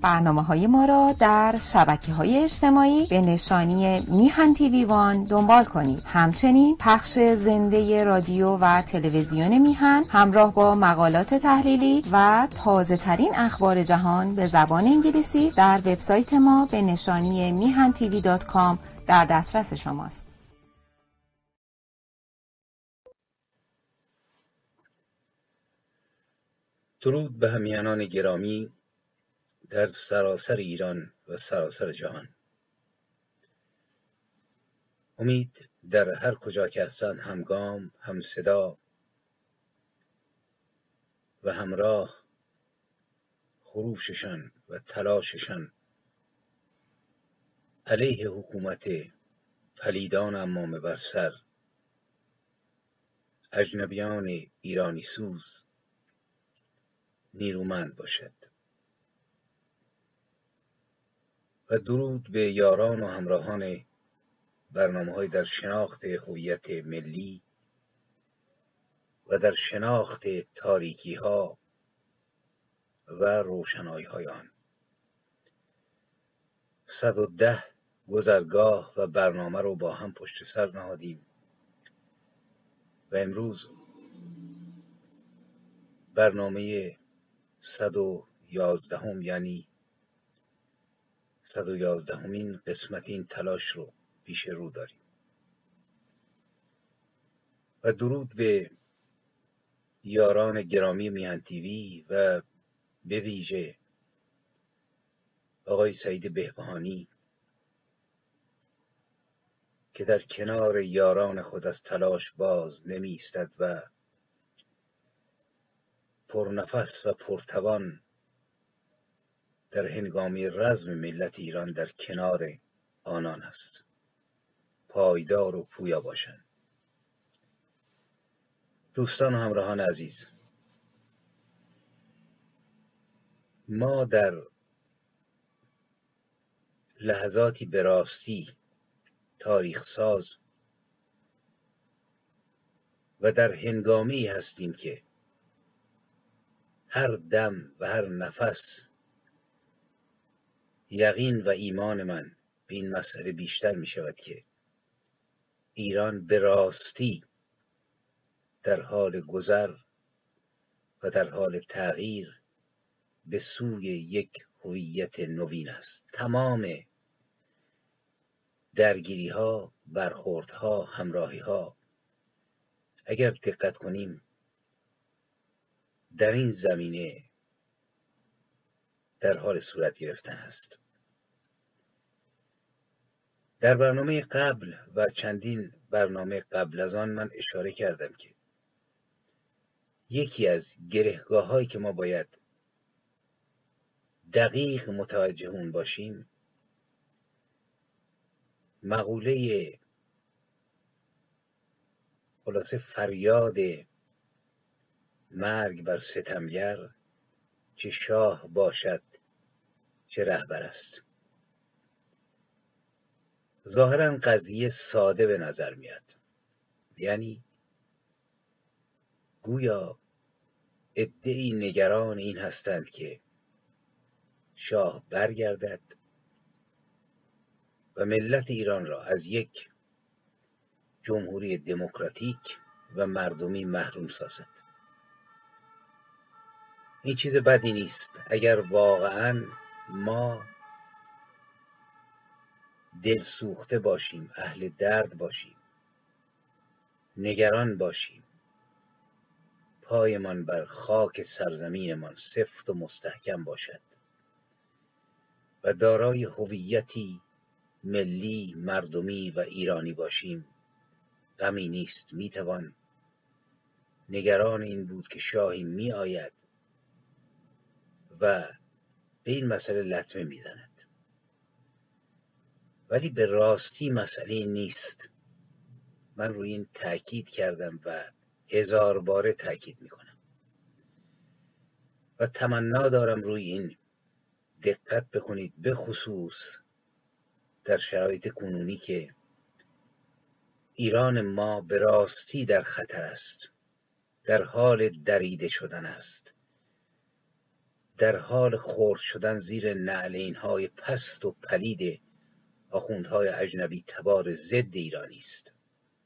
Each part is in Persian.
برنامه‌های ما را در شبکه‌های اجتماعی به نشانی میهن تیوی وان دنبال کنید. همچنین پخش زنده رادیو و تلویزیون میهن همراه با مقالات تحلیلی و تازه‌ترین اخبار جهان به زبان انگلیسی در وبسایت ما به نشانی mihantv.com در دسترس شماست. درود به همیهنان گرامی در سراسر ایران و سراسر جهان. امید در هر کجا که هستند همگام، هم صدا و همراه خروششان و تلاششان علیه حکومت پلیدان امامه بر سر، اجنبیان ایرانی سوز نیرومند باشد. و درود به یاران و همراهان برنامه‌های در شناخت هویت ملی و در شناخت تاریکی‌ها و روشنایی‌های آن. 110 گذرگاه و برنامه رو با هم پشت سر نهادیم و امروز برنامه 111 یعنی 111مین قسمت این تلاش رو پیش رو داریم. و درود به یاران گرامی میهن تیوی و به ویژه آقای سعید بهبهانی که در کنار یاران خود از تلاش باز نمی ایستد و پرنفس و پرتوان در هنگامی رزم ملت ایران در کنار آنان است. پایدار و پویا باشند. دوستان و همراهان عزیز، ما در لحظاتی به راستی تاریخ ساز و در هنگامی هستیم که هر دم و هر نفس یقین و ایمان من به این مسئله بیشتر می شود که ایران به راستی در حال گذر و در حال تغییر به سوی یک هویت نوین است. تمام درگیری ها، برخورد ها، همراهی ها اگر دقت کنیم در این زمینه در حال صورت گرفتن است. در برنامه قبل و چندین برنامه قبل از آن من اشاره کردم که یکی از گرهگاه هایی که ما باید دقیق متوجه اون باشیم مقوله خلاصه فریاد مرگ بر ستمگر چه شاه باشد چه رهبر است. ظاهرا قضیه ساده به نظر میاد، یعنی گویا عده‌ای نگران این هستند که شاه برگردد و ملت ایران را از یک جمهوری دموکراتیک و مردمی محروم سازد. این چیز بدی نیست اگر واقعا ما دلسوخته باشیم، اهل درد باشیم، نگران باشیم، پایمان بر خاک سرزمینمان سفت و مستحکم باشد و دارای هویتی ملی، مردمی و ایرانی باشیم. غمی نیست. میتوان نگران این بود که شاهی می آید و به این مسئله لطمه میزند، ولی به راستی مسئله نیست. من روی این تأکید کردم و 1000 باره تأکید میکنم و تمنا دارم روی این دقت بکنید، به خصوص در شرایط کنونی که ایران ما به راستی در خطر است، در حال دریده شدن است در حال خرد شدن زیر نعلین‌های پست و پلید آخوندهای اجنبی تبار ضد ایرانی است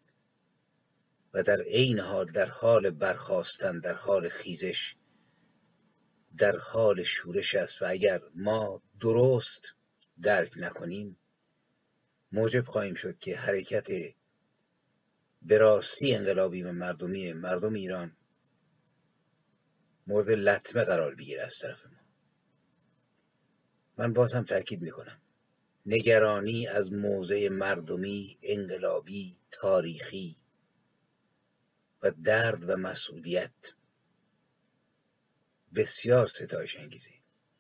و در عین حال در حال برخاستن، در حال خیزش، در حال شورش است و اگر ما درست درک نکنیم موجب خواهیم شد که حرکت به راستی انقلابی و مردمی مردم ایران مورد لطمه قرار بگیره از طرف ما. من باز هم تأکید میکنم نگرانی از موضع مردمی، انقلابی، تاریخی و درد و مسئولیت بسیار ستایش انگیزه.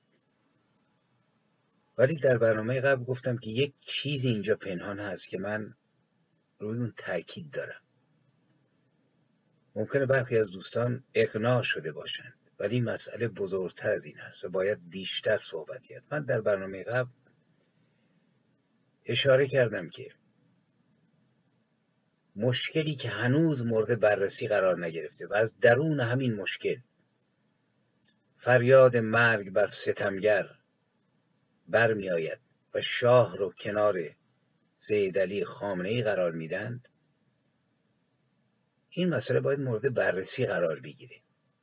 ولی در برنامه قبل گفتم که یک چیزی اینجا پنهان هست که من روی اون تأکید دارم. ممکنه برخی از دوستان اقناع شده باشند ولی مسئله بزرگتر از این هست و باید بیشتر صحبت کرد. من در برنامه قبل اشاره کردم که مشکلی که هنوز مورد بررسی قرار نگرفته و از درون همین مشکل فریاد مرگ بر ستمگر برمی آید و شاه رو کنار سید علی خامنه‌ای قرار میدند، این مسئله باید مورد بررسی قرار بگیره.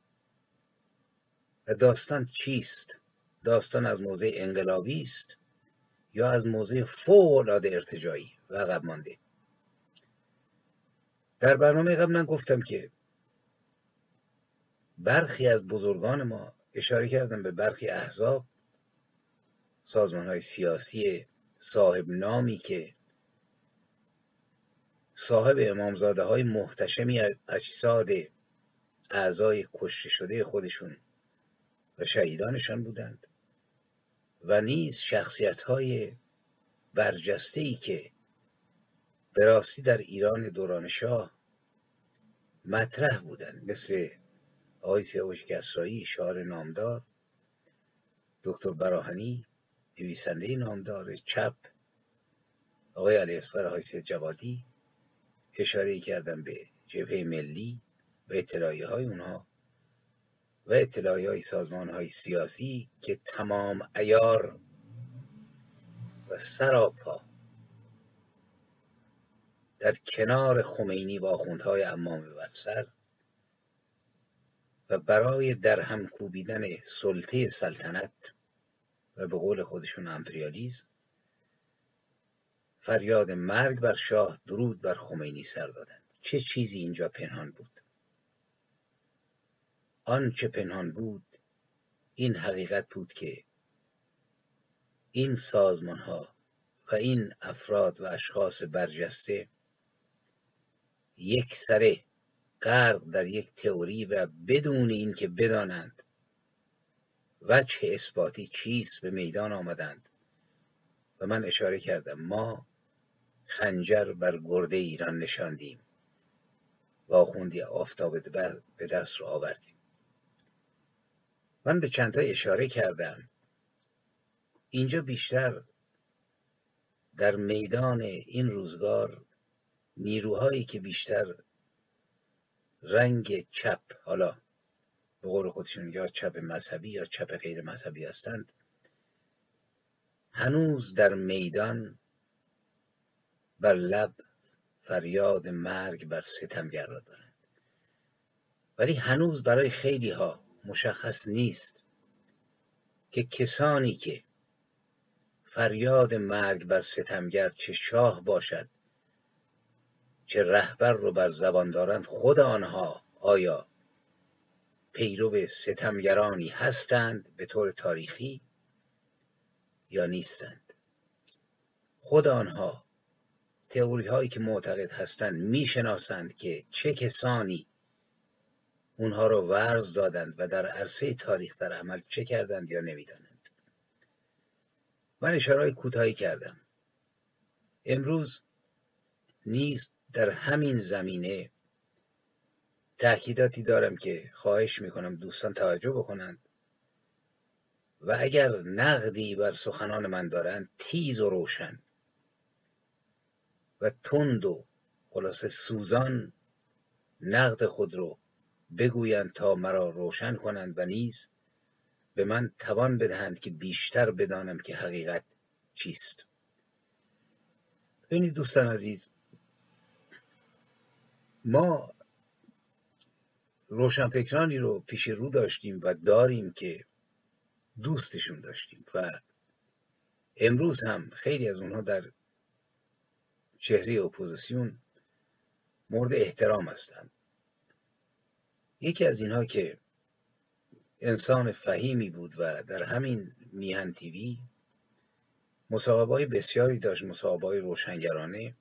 و داستان چیست؟ داستان از موضع انقلابی است یا از موضع فوق‌العاده ارتجاعی و عقب مانده؟ در برنامه قبل من گفتم که برخی از بزرگان ما اشاره کردم به برخی احزاب، سازمان‌های سیاسی صاحب نامی که صاحب امامزاده‌های محتشمی از اجساد اعضای کشته شده خودشون و شهیدانشان بودند و نیز شخصیت‌های برجسته‌ای که به راستی در ایران دوران شاه مطرح بودند، مثل آقای سیاوش کسرایی شاعر نامدار، دکتر براهنی نویسنده نامدار چپ، آقای علیاصغر حایصیت جوادی. اشاره کردم به جبهه ملی و اطلاعیه‌های اونها و اطلاعیه‌های سازمان‌های سیاسی که تمام عیار و سراپا در کنار خمینی و آخوندهای عمامه بر سر و برای درهم کوبیدن سلطه سلطنت و به قول خودشون امپریالیسم فریاد مرگ بر شاه، درود بر خمینی سر دادند. چه چیزی اینجا پنهان بود؟ آن چه پنهان بود این حقیقت بود که این سازمان‌ها و این افراد و اشخاص برجسته یک سره غرق در یک تئوری و بدون اینکه بدانند وجه اثباتی چیست به میدان آمدند و من اشاره کردم ما خنجر بر گرده ایران نشاندیم و آخوندی آفتاب به دست رو آوردیم. من به چند تا اشاره کردم. اینجا بیشتر در میدان این روزگار نیروهایی که بیشتر رنگ چپ، حالا به قول خودشون یا چپ مذهبی یا چپ غیر مذهبی هستند، هنوز در میدان بر لب فریاد مرگ بر ستمگر را دارند. ولی هنوز برای خیلی ها مشخص نیست که کسانی که فریاد مرگ بر ستمگر، چه شاه باشد چه رهبر رو بر زبان دارند، خود آنها آیا پیرو ستمگرانی هستند به طور تاریخی یا نیستند؟ خود آنها تئوری هایی که معتقد هستند میشناسند که چه کسانی اونها رو ورز دادند و در عرصه تاریخ در عمل چه کردند یا نمیدانند. من اشاره کوتاهی کردم. امروز نیز در همین زمینه تأکیداتی دارم که خواهش میکنم دوستان توجه بکنند و اگر نقدی بر سخنان من دارند تیز و روشن و تند و خلاصه سوزان نقد خود رو بگویند تا مرا روشن کنند و نیز به من توان بدهند که بیشتر بدانم که حقیقت چیست. ببینید دوستان عزیز، ما روشنفکرانی رو پیش رو داشتیم و داریم که دوستشون داشتیم و امروز هم خیلی از اونها در چهره اپوزیسیون مورد احترام هستند. یکی از اینها که انسان فهیمی بود و در همین میهن تیوی مصاحبه‌های بسیاری داشت، مصاحبه‌های روشنگرانه،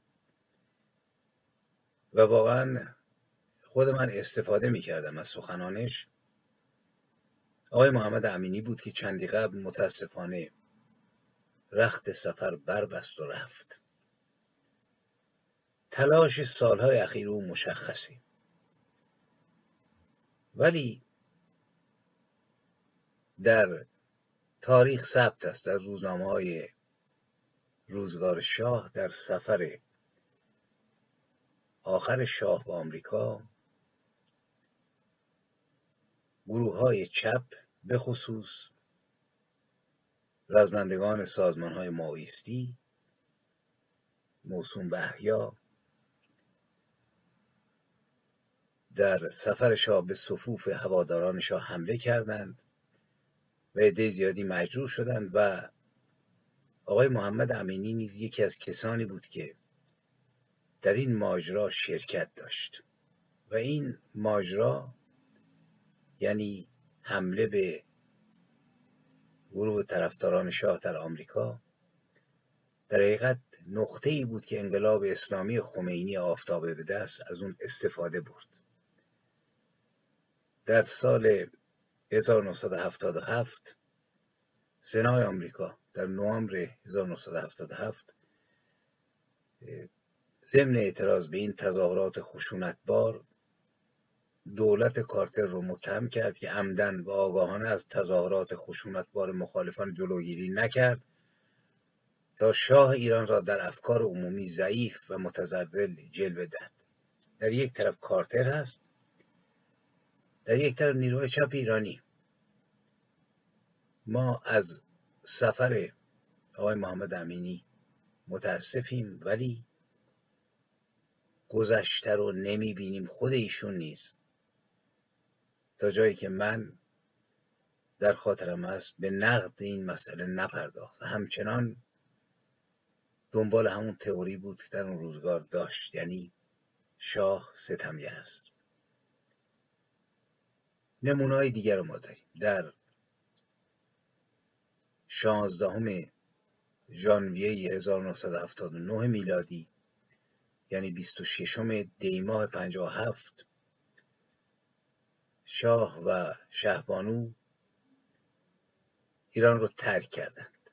و واقعا خود من استفاده می‌کردم از سخنانش. آقای محمد امینی بود که چندی قبل متاسفانه رخت سفر بربست و رفت. تلاش سالهای اخیر او مشخصه، ولی در تاریخ ثبت است، در روزنامه‌های روزگار شاه، در سفر آخر شاه به آمریکا گروه‌های چپ به خصوص رزمندگان سازمان‌های مائیستی موسوم به احیا در سفر شاه به صفوف هواداران شاه حمله کردند و عده زیادی مجروح شدند و آقای محمد امینی نیز یکی از کسانی بود که در این ماجرا شرکت داشت و این ماجرا یعنی حمله به گروه طرفداران شاه در آمریکا در حقیقت نقطه‌ای بود که انقلاب اسلامی خمینی آفتابه به دست از اون استفاده برد. در سال 1977 سنای آمریکا در نوامبر 1977 ضمن اعتراض به این تظاهرات خشونتبار دولت کارتر رو متهم کرد که عمدن و آگاهانه از تظاهرات خشونتبار مخالفان جلوگیری نکرد تا شاه ایران را در افکار عمومی ضعیف و متزلزل جلوه دهد. در یک طرف کارتر هست، در یک طرف نیروی چپ ایرانی. ما از سفر آقای محمد امینی متاسفیم، ولی گذشته رو نمیبینیم. خود ایشون نیز تا جایی که من در خاطرم هست به نقد این مسئله نپرداخت و همچنان دنبال همون تئوری بود که در اون روزگار داشت، یعنی شاه ستمگر است. نمونه‌های دیگر رو ما داریم. در 16 ژانویه 1979 میلادی، یعنی 26 دی ماه 57، شاه و شهبانو ایران رو ترک کردند.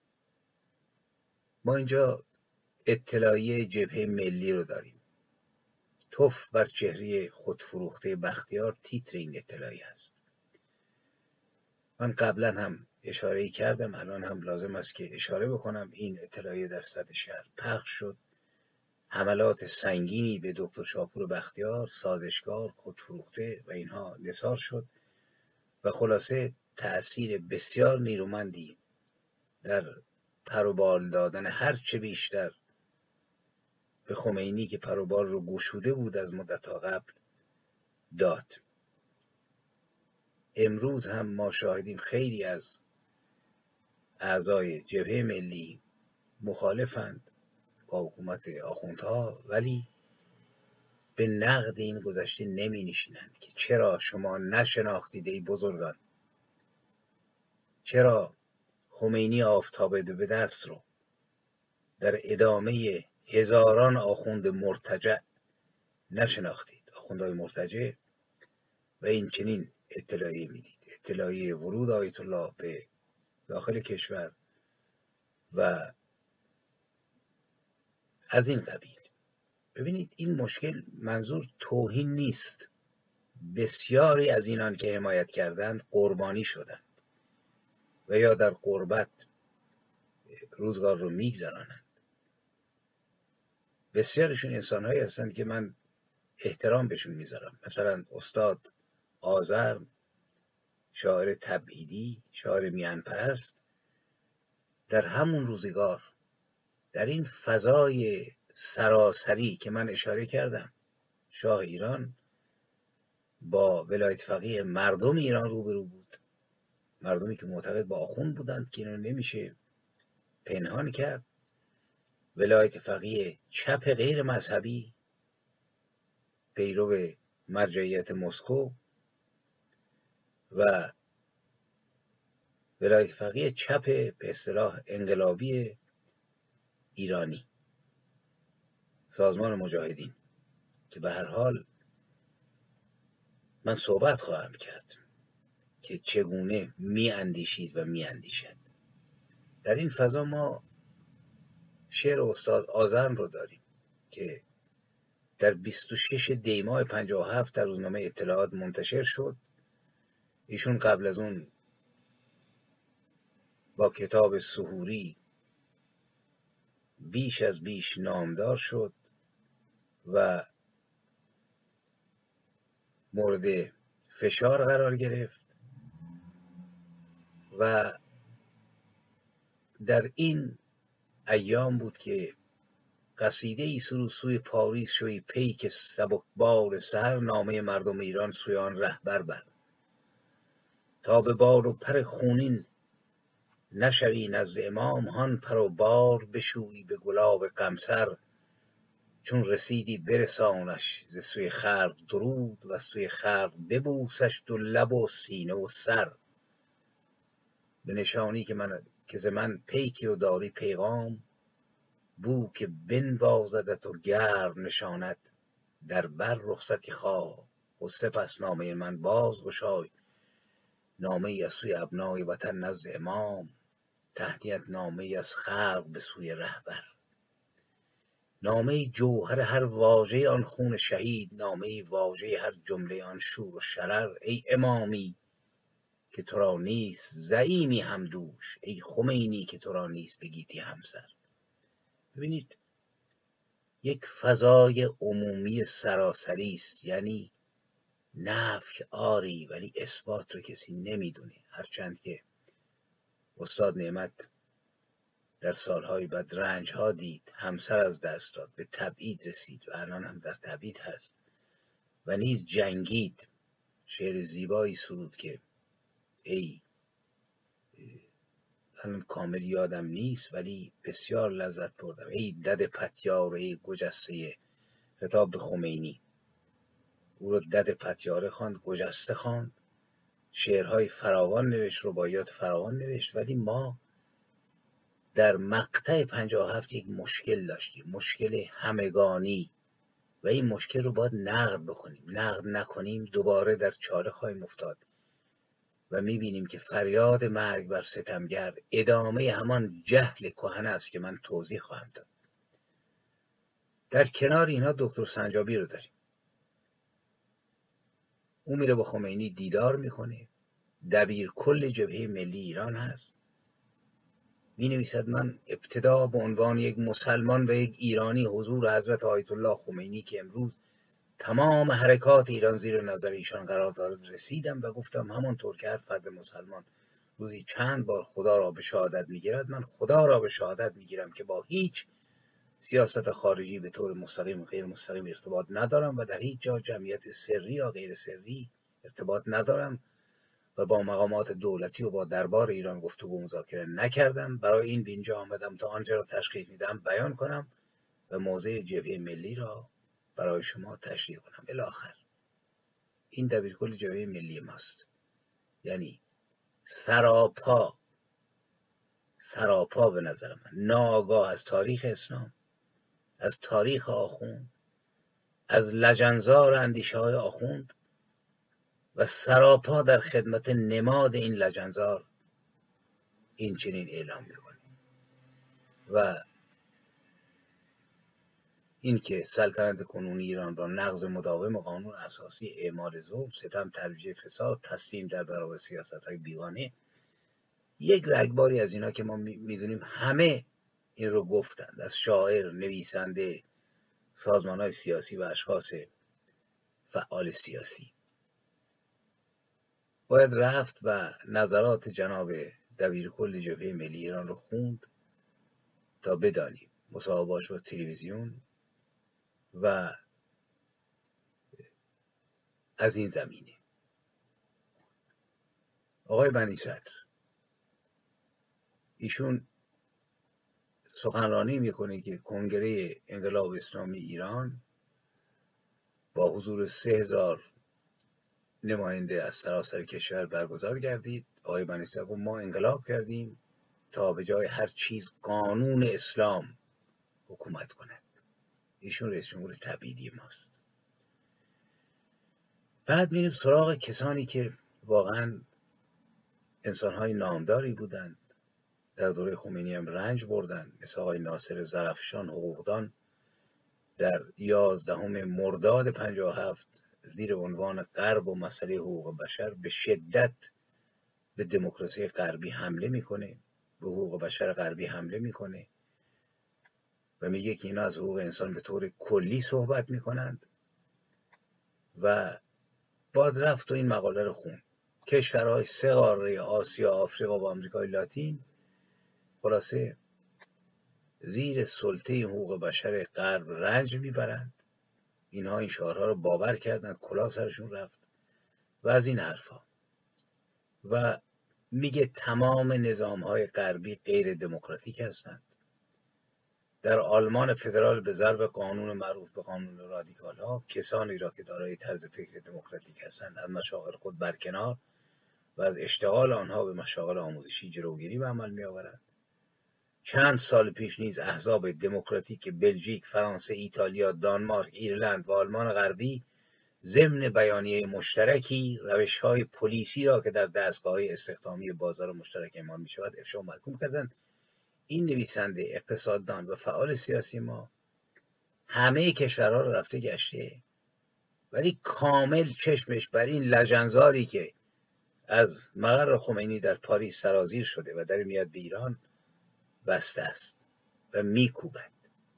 ما اینجا اطلاعیه جبهه ملی رو داریم. تف بر چهره خودفروخته بختیار تیتر این اطلاعیه است. من قبلا هم اشاره کردم، الان هم لازم است که اشاره بکنم. این اطلاعیه در سطح شهر پخش شد. حملات سنگینی به دکتر شاپور بختیار، سازشکار، خودفروخته و اینها نثار شد و خلاصه تأثیر بسیار نیرومندی در پروبال دادن هرچه بیشتر به خمینی که پروبال رو گشوده بود از مدت‌ها قبل داد. امروز هم ما شاهدیم خیلی از اعضای جبهه ملی مخالفند با حکومت آخوندها، ولی به نقد این گذشته نمی نشینند که چرا شما نشناختید ای بزرگان، چرا خمینی آفتابه به دست رو در ادامه هزاران آخوند مرتجع نشناختید، آخوندهای مرتجع، و این چنین اطلاعیه میدید، اطلاعیه ورود آیت الله به داخل کشور و از این قبیل. ببینید این مشکل منظور توهین نیست. بسیاری از اینان که حمایت کردند قربانی شدند و یا در غربت روزگار رو میگذرانند. بسیارشون انسان‌هایی هستند که من احترام بهشون میذارم. مثلا استاد آذر شاعر تبعیدی، شاعر میهن پرست، در همون روزگار در این فضای سراسری که من اشاره کردم، شاه ایران با ولایت فقیه مردم ایران روبرو بود، مردمی که معتقد به آخوند بودند که اینو نمیشه پنهان کرد. ولایت فقیه چپ غیر مذهبی، پیرو مرجعیت مسکو، و ولایت فقیه چپ به اصطلاح انقلابی ایرانی، سازمان مجاهدین، که به هر حال من صحبت خواهم کرد که چگونه می اندیشید و می اندیشد. در این فضا ما شعر استاد آذرم رو داریم که در 26 دی ماه 57 در روزنامه اطلاعات منتشر شد. ایشون قبل از اون با کتاب سحوری بیش از بیش نامدار شد و مورد فشار قرار گرفت و در این ایام بود که قصیده ای سرود سوی پاریس شوی پیک سبکبار سحر، نامه مردم ایران سوی آن رهبر بر، تا به بال و پر خونین نشوی نزد امام، هان پر و بار بشویی به گلاب غمسر، چون رسیدی برسانش ز سوی خلق درود، و سوی خلق ببوسش دو لب و سینه و سر، به نشانی که ز من پیکی و داری پیغام، بو که بنوازدت و گرم نشاند در بر، رخصتی خواه و سپس نامه من باز گشای، نامه ای از سوی ابنای وطن نزد امام، تهنیت نامه ای از خلق به سوی رهبر، نامه ای جوهر هر واژه آن خون شهید، نامه ای واژه هر جمله آن شور و شرر، ای امامی که تو را نیست زعیمی همدوش، ای خمینی که تو را نیست به گیتی همسر. ببینید یک فضای عمومی سراسری است، یعنی نفی آری ولی اثبات رو کسی نمیدونه، هرچند که استاد نعمت در سالهای بعد رنج ها دید، همسر از دست داد، به تبعید رسید و الان هم در تبعید هست و نیز جنگید. شعر زیبایی سرود که ای، الان کامل یادم نیست ولی بسیار لذت بردم، ای دد پتیاره ای گجسته، خطاب به خمینی. او رو دد پتیاره خواند، گجسته خواند، شعرهای فراوان نوشت، رباعیات فراوان نوشت، ولی ما در مقطع 57 یک مشکل داشتیم، مشکل همگانی، و این مشکل رو باید نقد بکنیم. نقد نکنیم دوباره در چاله خواهیم افتاد و میبینیم که فریاد مرگ بر ستمگر ادامه همان جهل کهنه است که من توضیح خواهم داد. در کنار اینا دکتر سنجابی رو داریم، او میره با خمینی دیدار میکنه، دبیر کل جبهه ملی ایران هست، می نویسد من ابتدا به عنوان یک مسلمان و یک ایرانی حضور حضرت آیت الله خمینی که امروز تمام حرکات ایران زیر نظر ایشان قرار دارد رسیدم و گفتم همانطور که هر فرد مسلمان روزی چند بار خدا را به شهادت میگیرد، من خدا را به شهادت میگیرم که با هیچ سیاست خارجی به طور مستقیم و غیر مستقیم ارتباط ندارم و در هیچ جا جمعیت سری یا غیر سری ارتباط ندارم و با مقامات دولتی و با دربار ایران گفتگو مذاکره نکردم. برای این به اینجا آمدم تا آنچه را تشخیص میدم بیان کنم و موضع جبهه ملی را برای شما تشریح کنم. الاخر این دبیرکل جبهه ملی ماست، یعنی سراپا به نظر من ناآگاه از تاریخ اسلام، از تاریخ آخوند، از لجنزار اندیشه های آخوند و سراپا در خدمت نماد این لجنزار این چنین اعلام میکنه و این که سلطنت کنونی ایران را نقض مداوم قانون اساسی، اعمال ظلم، ستم، ترویج فساد، تسلیم در برابر سیاست‌های بیگانه، یک رگباری از اینا که ما میدونیم همه این رو گفتند، از شاعر، نویسنده، سازمان‌های سیاسی و اشخاص فعال سیاسی. باید رفت و نظرات جناب دبیر کل جبهه ملی ایران رو خوند تا بدانیم مصاحبه‌اش با تلویزیون و از این زمینه. آقای بنی صدر ایشون سخنرانی میکنه که کنگره انقلاب اسلامی ایران با حضور 3000 نماینده از سراسر کشور برگزار گردید. آقای بنی صدر گفت ما انقلاب کردیم تا به جای هر چیز قانون اسلام حکومت کند. ایشون رئیس جمهور تبعیدی ماست. بعد میریم سراغ کسانی که واقعا انسانهای نامداری بودند، در دوره خمینی هم رنج بردند، مثل آقای ناصر زرافشان حقوقدان در 11 مرداد 57 زیر عنوان غرب و مسئله حقوق بشر به شدت به دموکراسی غربی حمله میکنه، به حقوق بشر غربی حمله میکنه و میگه که اینا از حقوق انسان به طور کلی صحبت میکنند و باید رفت و این مقاله رو خوند. کشورهای 3 قاره آسیا، آفریقا و آمریکای لاتین خلاصه زیر سلطه حقوق بشر غرب رنج میبرند. اینها این شعارها رو باور کردند، کلاه سرشون رفت و از این حرفا. و میگه تمام نظامهای غربی غیر دموکراتیک هستند. در آلمان فدرال به ضرب قانون معروف به قانون رادیکال ها کسانی را که دارای طرز فکر دموکراتیک هستند از مشاغل خود برکنار و از اشتغال آنها به مشاغل آموزشی جلوگیری به عمل می آورند. چند سال پیش نیز احزاب دموکراتیک بلژیک، فرانسه، ایتالیا، دانمارک، ایرلند و آلمان غربی ضمن بیانیه مشترکی روش‌های پلیسی را که در دستگاه‌های استخدامی بازار مشترک اعمال می‌شود افشا و محکوم کردند. این نویسنده، اقتصاددان و فعال سیاسی ما همه کشورها رو رفته گشته، ولی کامل چشمش بر این لجنزاری که از مقر خمینی در پاریس سرازیر شده و در میاد به ایران بسته است و میکوبد.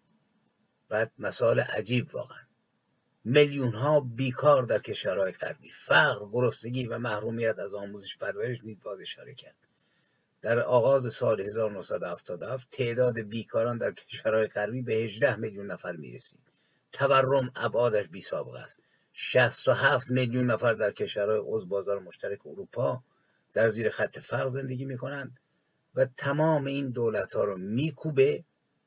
بعد مسائل عجیب واقعا، میلیون ها بیکار در کشورهای غربی، فقر، گرسنگی و محرومیت از آموزش پرورش نیز باید اشاره کرد. در آغاز سال 1977 تعداد بیکاران در کشورهای غربی به 18 میلیون نفر میرسید. تورم ابعادش بی سابقه است. 67 میلیون نفر در کشورهای عضو بازار مشترک اروپا در زیر خط فقر زندگی میکنند و تمام این دولت ها رو میکوبه.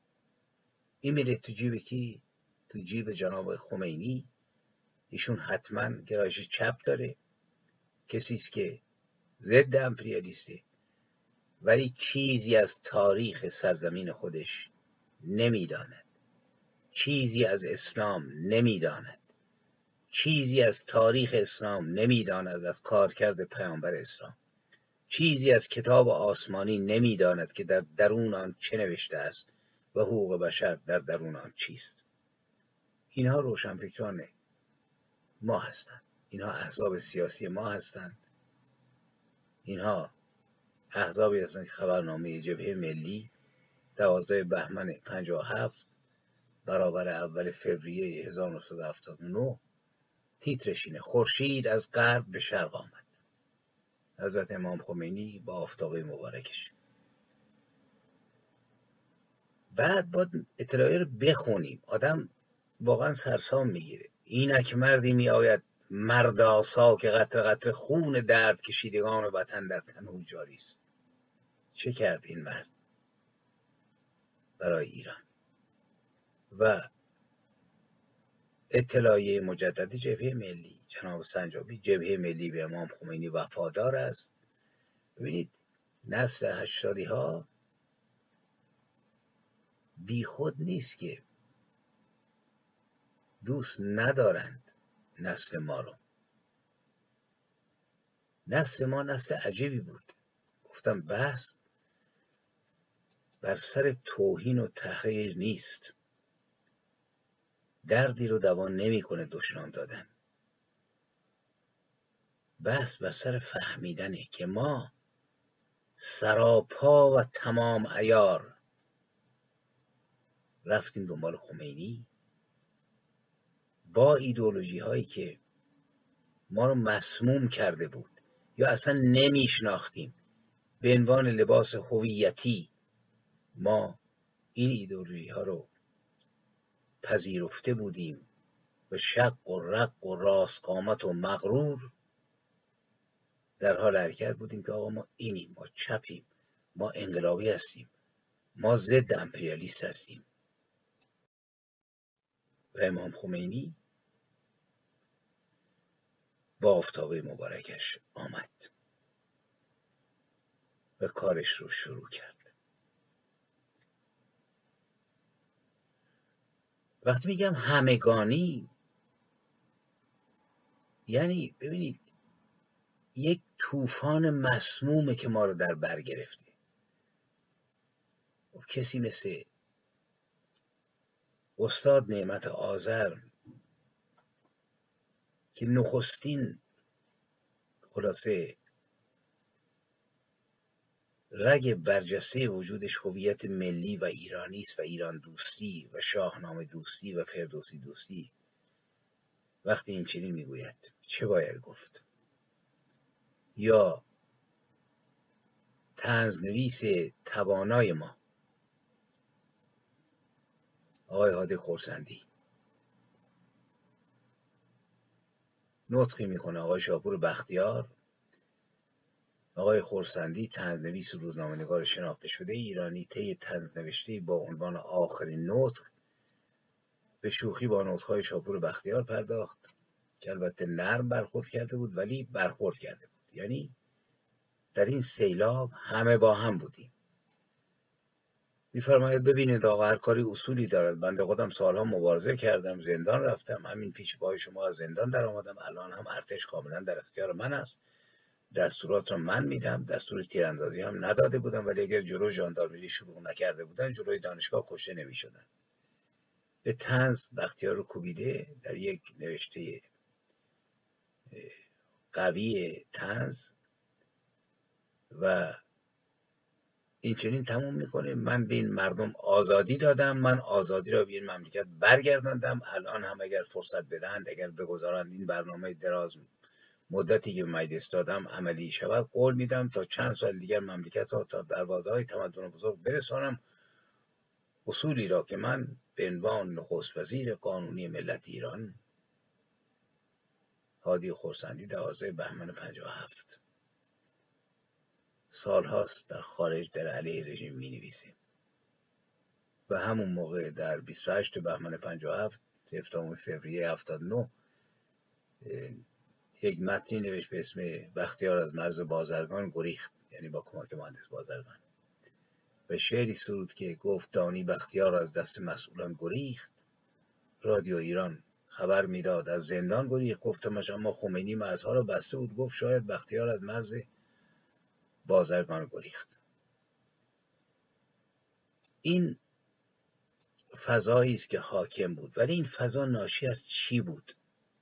این میره تو جیب کی؟ تو جیب جناب خمینی. ایشون حتما گرایش چپ داره، کسی است که ضد امپریالیسته، ولی چیزی از تاریخ سرزمین خودش نمیداند، چیزی از اسلام نمیداند، چیزی از تاریخ اسلام نمیداند، از کارکرد پیامبر اسلام چیزی از کتاب آسمانی نمیداند که در درون آن چه نوشته است و حقوق بشر در درون آن چیست. اینها روشنفکران ما هستند، اینها احزاب سیاسی ما هستند، اینها احزابی هستند که خبرنامه جبهه ملی 12 بهمن 57 برابر اول فوریه 1979 تیترش اینه: خورشید از غرب به شرق آمد. حضرت امام خمینی با آفتابه مبارکش. بعد باید اطلاعیه رو بخونیم، آدم واقعا سرسام میگیره. اینک مردی میآید مرد آسا که قطره قطره خون درد کشیدگان وطن در تن او جاری است. چه کرد این مرد برای ایران؟ و اطلاعیه مجدد جبهه ملی، جناب سنجابی: جبهه ملی به امام خمینی وفادار است. ببینید نسل 80 ها بی خود نیست که دوست ندارند نسل ما رو. نسل ما نسل عجیبی بود. گفتم بحث بر سر توهین و تحقیر نیست. دردی رو دوا نمی‌کنه دشنام دادن. بحث بر سر فهمیدنه که ما سراپا و تمام عیار رفتیم دنبال خمینی با ایدئولوژی هایی که ما رو مسموم کرده بود. یا اصلا نمیشناختیم. به عنوان لباس هویتی ما این ایدئولوژی ها رو پذیرفته بودیم و شق و رق و راست قامت و مغرور در حال حرکت بودیم که آقا ما اینیم، ما چپیم، ما انقلابی هستیم، ما ضد امپریالیست هستیم. و امام خمینی با آفتابه مبارکش آمد و کارش رو شروع کرد. وقتی میگم همگانی، یعنی ببینید یک طوفان مسمومه که ما رو در بر گرفته. کسی مثل استاد نعمت آذر که نخستین خلاصه رگ برجسته وجودش هویت ملی و ایرانی است و ایران دوستی و شاهنامه دوستی و فردوسی دوستی، وقتی این چنین میگوید چه باید گفت؟ یا طنزنویس توانای ما آقای هادی خرسندی نطقی میکنه، آقای شاپور بختیار، آقای خرسندی طنزنویس روزنامه‌نگار شناخته شده ایرانی، طی طنزنوشته‌ای با عنوان آخرین نطق به شوخی با نطق‌های شاپور بختیار پرداخت که البته نرم برخورد کرده بود ولی برخورد کرده بود. یعنی در این سیلاب همه با هم بودیم. می‌فرماید ببینید آقا هر کاری اصولی دارد. بنده خودم سالها مبارزه کردم، زندان رفتم، همین پیش پای شما از زندان در آمدم، الان هم ارتش کاملا در اختیار من است، دستورات را من میدم، دستور تیراندازی هم نداده بودم، ولی اگر جلو ژاندارمری شروع نکرده بودن جلوی دانشگاه کشته نمی‌شدن. به طنز بختیار رو کوبیده در یک نوشته قوی طنز و این چنین تموم میکنه: من به این مردم آزادی دادم، من آزادی را به این مملکت برگرداندم، الان هم اگر فرصت بدهند، اگر بگذارند این برنامه دراز مدتی که به مجلس دادم عملی شود، قول میدم تا چند سال دیگر مملکت را تا دروازه‌های تمدن بزرگ برسانم، اصولی را که من به عنوان نخست وزیر قانونی ملت ایران هادی خرسندی 12 بهمن 57 سالهاست در خارج در علیه رژیم می نویسه و همون موقع در 28 بهمن 57 17 فوریه 79 یک متنی نوشت به اسم بختیار از مرز بازرگان گریخت، یعنی با کمک مهندس بازرگان، و شعری سرود که گفت دانی بختیار از دست مسئولان گریخت، رادیو ایران خبر میداد از زندان گریخت، گفتمش اما خمینی مرزها را بسته بود، گفت شاید بختیار از مرز بازرگان گریخت. این فضایی است که حاکم بود، ولی این فضا ناشی از چی بود؟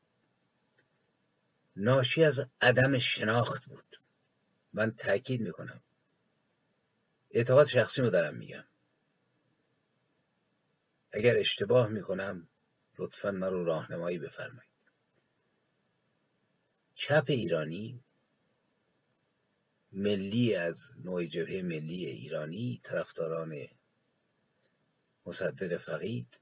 ناشی از عدم شناخت بود. من تاکید میکنم، اعتقاد شخصی رو دارم میگم، اگر اشتباه میکنم لطفاً من رو راهنمایی بفرمایید. چپ ایرانی، ملی از نوع جبهه ملی ایرانی، طرفداران مصدق فقید،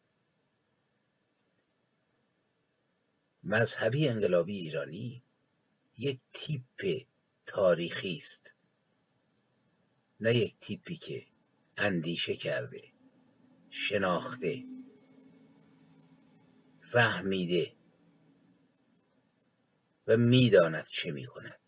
مذهبی انقلابی ایرانی، یک تیپ تاریخی است، نه یک تیپی که اندیشه کرده، شناخته، فهمیده و میداند چه میکند.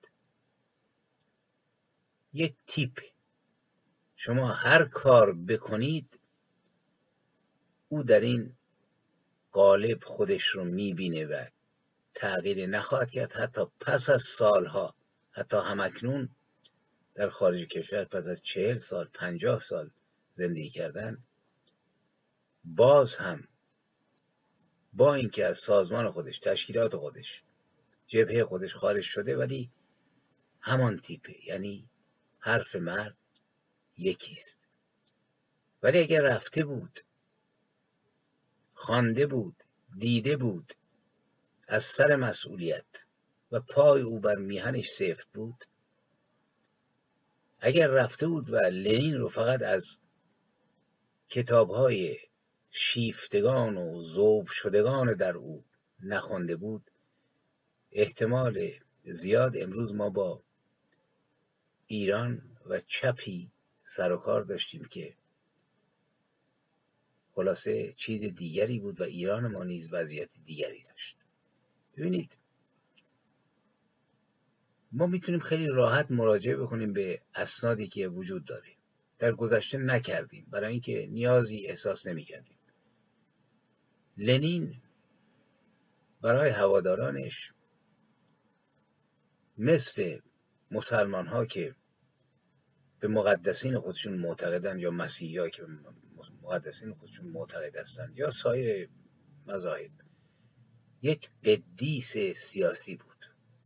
یک تیپ، شما هر کار بکنید او در این قالب خودش رو میبینه و تغییر نخواهد کرد. حتی پس از سالها، حتی همکنون در خارج کشور پس از 40 سال 50 سال زندگی کردن، باز هم با اینکه از سازمان خودش، تشکیلات خودش، جبهه خودش خارج شده، ولی همان تیپه، یعنی حرف مرد یکیست. ولی اگر رفته بود، خوانده بود، دیده بود، از سر مسئولیت و پای او بر میهنش سفت بود، اگر رفته بود و لنین رو فقط از کتاب‌های شیفتگان و ذوب شدگان در او نخوانده بود، احتمال زیاد امروز ما با ایران و چپی سر و کار داشتیم که خلاصه چیز دیگری بود و ایران ما نیز وضعیت دیگری داشت. ببینید، ما میتونیم خیلی راحت مراجعه بکنیم به اسنادی که وجود داره. در گذشته نکردیم برای اینکه نیازی احساس نمی‌کردیم. لنین برای هوادارانش مثل مسلمان ها که به مقدسین خودشون معتقدن یا مسیحی ها که به مقدسین خودشون معتقد هستند یا سایر مذاهب، یک قدیس سیاسی بود.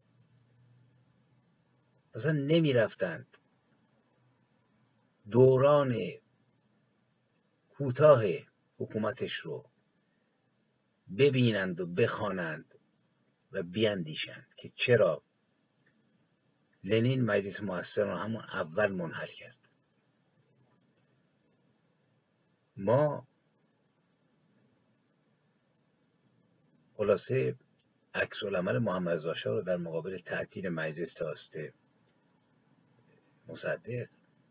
مثلا نمی رفتند دوران کوتاه حکومتش رو ببینند و بخوانند و بیاندیشند که چرا لنین مجلس مؤسسه رو همون اول منحل کرد. ما خلاصه عکس العمل محمد رضا شاه رو در مقابل تعطیل مجلس توسط مصدق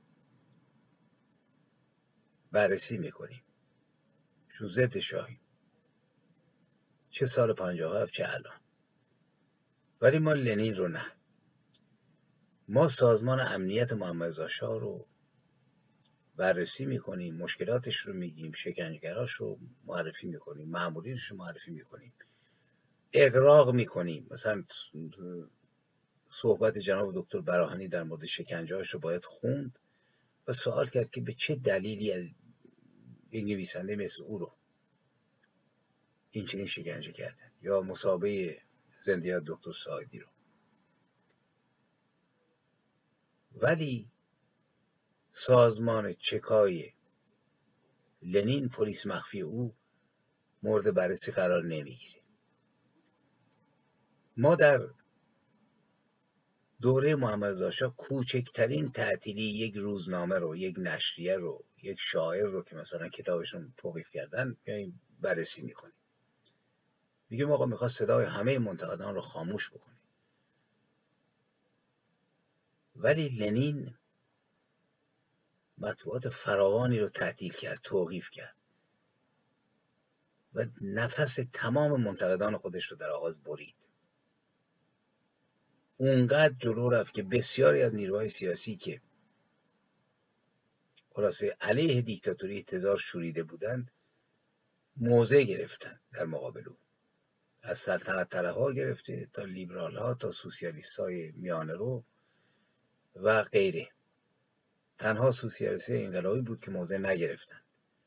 بررسی میکنیم، چون ضد شاهیم، چه سال 57 چه الان. ولی ما لنین رو نه. ما سازمان امنیت محمد رضا شاه رو بررسی میکنیم، مشکلاتش رو میگیم، شکنجهگراش رو معرفی میکنیم، مامورینش رو معرفی میکنیم، اغراق میکنیم. مثلا صحبت جناب دکتر براهنی در مورد شکنجه‌هاش رو باید خوند و سوال کرد که به چه دلیلی از یک نویسنده مثل او رو این چنین شکنجه کردن، یا مصاحبه زندیات دکتر ساعدی رو. ولی سازمان چکای لنین، پلیس مخفی او، مورد بررسی قرار نمیگیره. ما در دوره محمد رضا شاه کوچکترین تعطیلی یک روزنامه رو، یک نشریه رو، یک شاعر رو که مثلا کتابشون توقیف کردن میایم بررسی میکنیم، میگیم آقا میخواد صدای همه منتقدان رو خاموش بکنه. ولی لنین مطبوعات فراوانی رو تعطیل کرد، توقیف کرد و نفس تمام منتقدان خودش رو در آغاز برید. اونقدر جلو رفت که بسیاری از نیروهای سیاسی که خلاصه علیه دیکتاتوری تزار شوریده بودند موضع گرفتند در مقابل او، از سلطنت طلبها گرفته تا لیبرال ها تا سوسیالیست های میانه رو و غیره. تنها سوسیالیست انقلابی بود که موضع نگرفتند.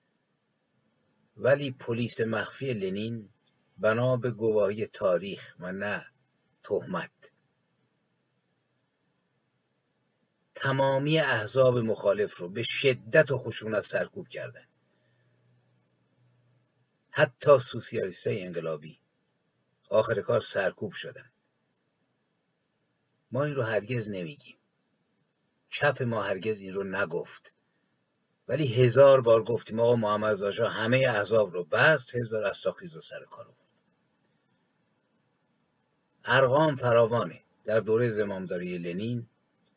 ولی پلیس مخفی لنین بنا به گواهی تاریخ و نه تهمت تمامی احزاب مخالف رو به شدت و خشونت سرکوب کردن. حتی سوسیالیستای انقلابی آخر کار سرکوب شدن. ما این رو هرگز نمیگیم، چپ ما هرگز این رو نگفت، ولی 1000 بار گفتیم آقا محمد رضا شاه همه احزاب رو بست، حزب رستاخیز رو سر کار آورد. ارقام فراوانه. در دوره زمامداری لنین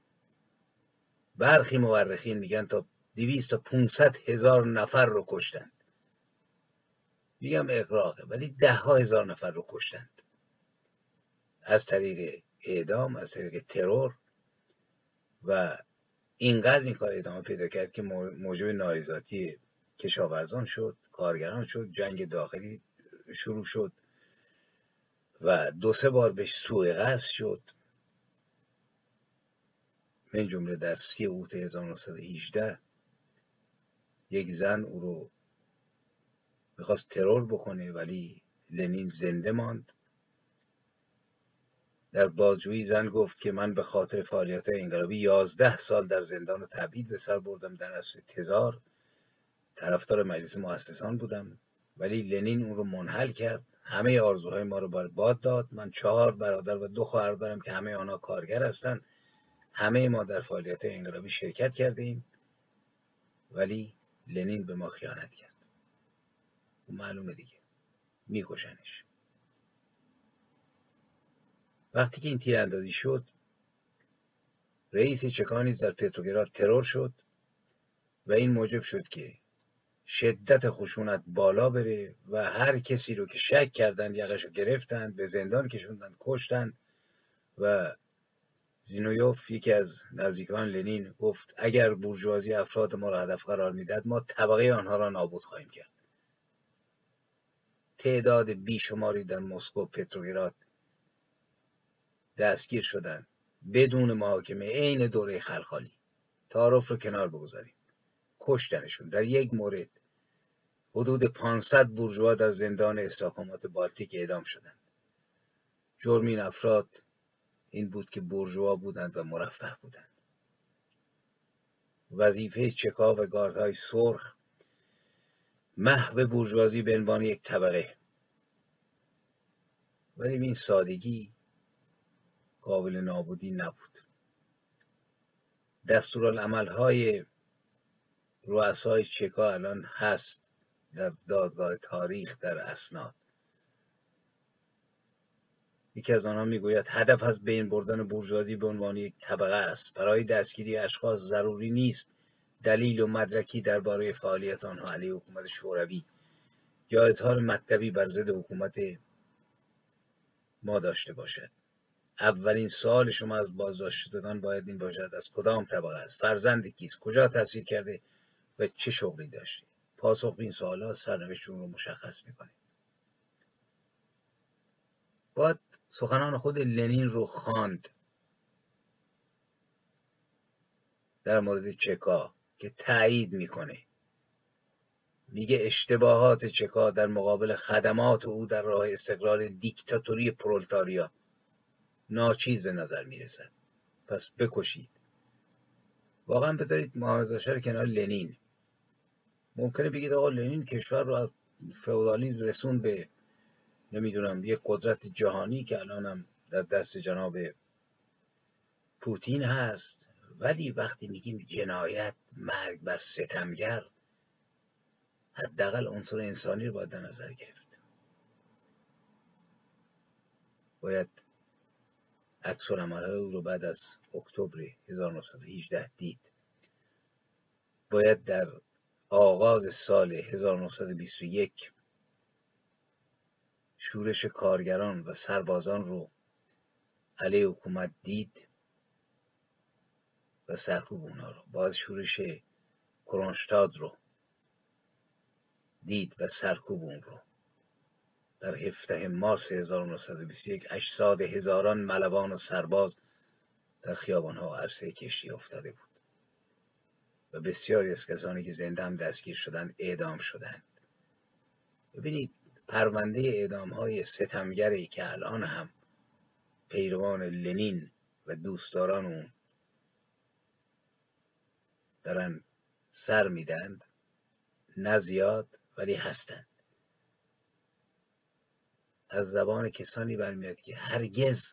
برخی مورخین میگن تا 200 تا 500 هزار نفر رو کشتند. میگم اغراقه، ولی 10,000 نفر رو کشتند از طریق اعدام، از طریق ترور. و اینقدر این کار ادامه پیدا کرد که موجب نارضایتی کشاورزان شد، کارگران شد، جنگ داخلی شروع شد و 2-3 بار بهش سوء قصد شد. من جمله در 30 اوت 1918 یک زن او رو میخواست ترور بکنه ولی لنین زنده ماند. در بازجویی زن گفت که من به خاطر فعالیت انقلابی 11 سال در زندان و تبعید به سر بردم، در عصر تزار طرفدار مجلس مؤسسان بودم، ولی لنین اون رو منحل کرد همه آرزوهای ما رو باد داد. من 4 برادر و 2 خواهر دارم که همه آنها کارگر هستند. همه ما در فعالیت انقلابی شرکت کردیم، ولی لنین به ما خیانت کرد. و معلومه دیگه میکشنش. وقتی که این تیراندازی شد، رئیس چکا نیز در پتروگراد ترور شد و این موجب شد که شدت خشونت بالا بره و هر کسی رو که شک کردند یقشو گرفتند، به زندان کشوندند، کشتند. و زینویوف، یکی از نزدیکان لنین، گفت اگر بورژوازی افراد ما را هدف قرار میداد، ما طبقه آنها را نابود خواهیم کرد. تعداد بیشماری در مسکو، پتروگراد دستگیر شدند بدون محاکمه، عین دوره خلخالی. تعارف رو کنار بگذاریم، کشتنشون. در یک مورد حدود 500 بورژوا در زندان استخبارات بالتیک اعدام شدند. جرم این افراد این بود که بورژوا بودند و مرفه بودند. وظیفه چکا و گاردهای سرخ محو بورژوازی به عنوان یک طبقه. ولی این سادگی قابل نابودی نبود. دستورالعمل‌های رؤسای چکا الان هست در دادگاه تاریخ، در اسناد. یکی از آنها میگوید هدف از بین بردن بورژوازی به عنوان یک طبقه است. برای دستگیری اشخاص ضروری نیست دلیل و مدرکی درباره فعالیت آنها علیه حکومت شوروی یا اظهار مطلبی بر ضد حکومت ما داشته باشد. اولین سوال شما از بازداشت شدگان باید این باشد از کدام طبقه است، فرزند کیست، کجا تحصیل کرده و چه شغلی داشته. پاسخ به این سوالات سرنوشتشون رو مشخص میکنه. باید سخنان خود لنین رو خواند در مورد چکا که تایید میکنه. میگه اشتباهات چکا در مقابل خدمات او در راه استقرار دیکتاتوری پرولتاریا ناچیز به نظر میرسد. پس بکشید. واقعا بذارید محافظه‌شاه رو کنار لنین. ممکنه بگید آقا لنین کشور رو از فئودالیسم رسون به نمیدونم یک قدرت جهانی که الانم در دست جناب پوتین هست. ولی وقتی میگیم جنایت، مرگ بر ستمگر، حداقل عنصر انسانی رو باید در نظر گرفت. باید عکس‌العمل‌های او رو بعد از اکتبر 1918 دید. باید در آغاز سال 1921 شورش کارگران و سربازان رو علیه حکومت دید و سرکوب اونها رو. باید شورش کرونشتاد رو دید و سرکوب اون رو. در 17 مارس 1921 اجساد هزاران ملوان و سرباز در خیابان‌ها و عرصه کشتی افتاده بود و بسیاری از کسانی که زنده هم دستگیر شدند اعدام شدند. ببینید پرونده اعدام‌های ستمگری که الان هم پیروان لنین و دوستداران اون دارن سر میدند، نه زیاد ولی هستند. از زبان کسانی برمیاد که هرگز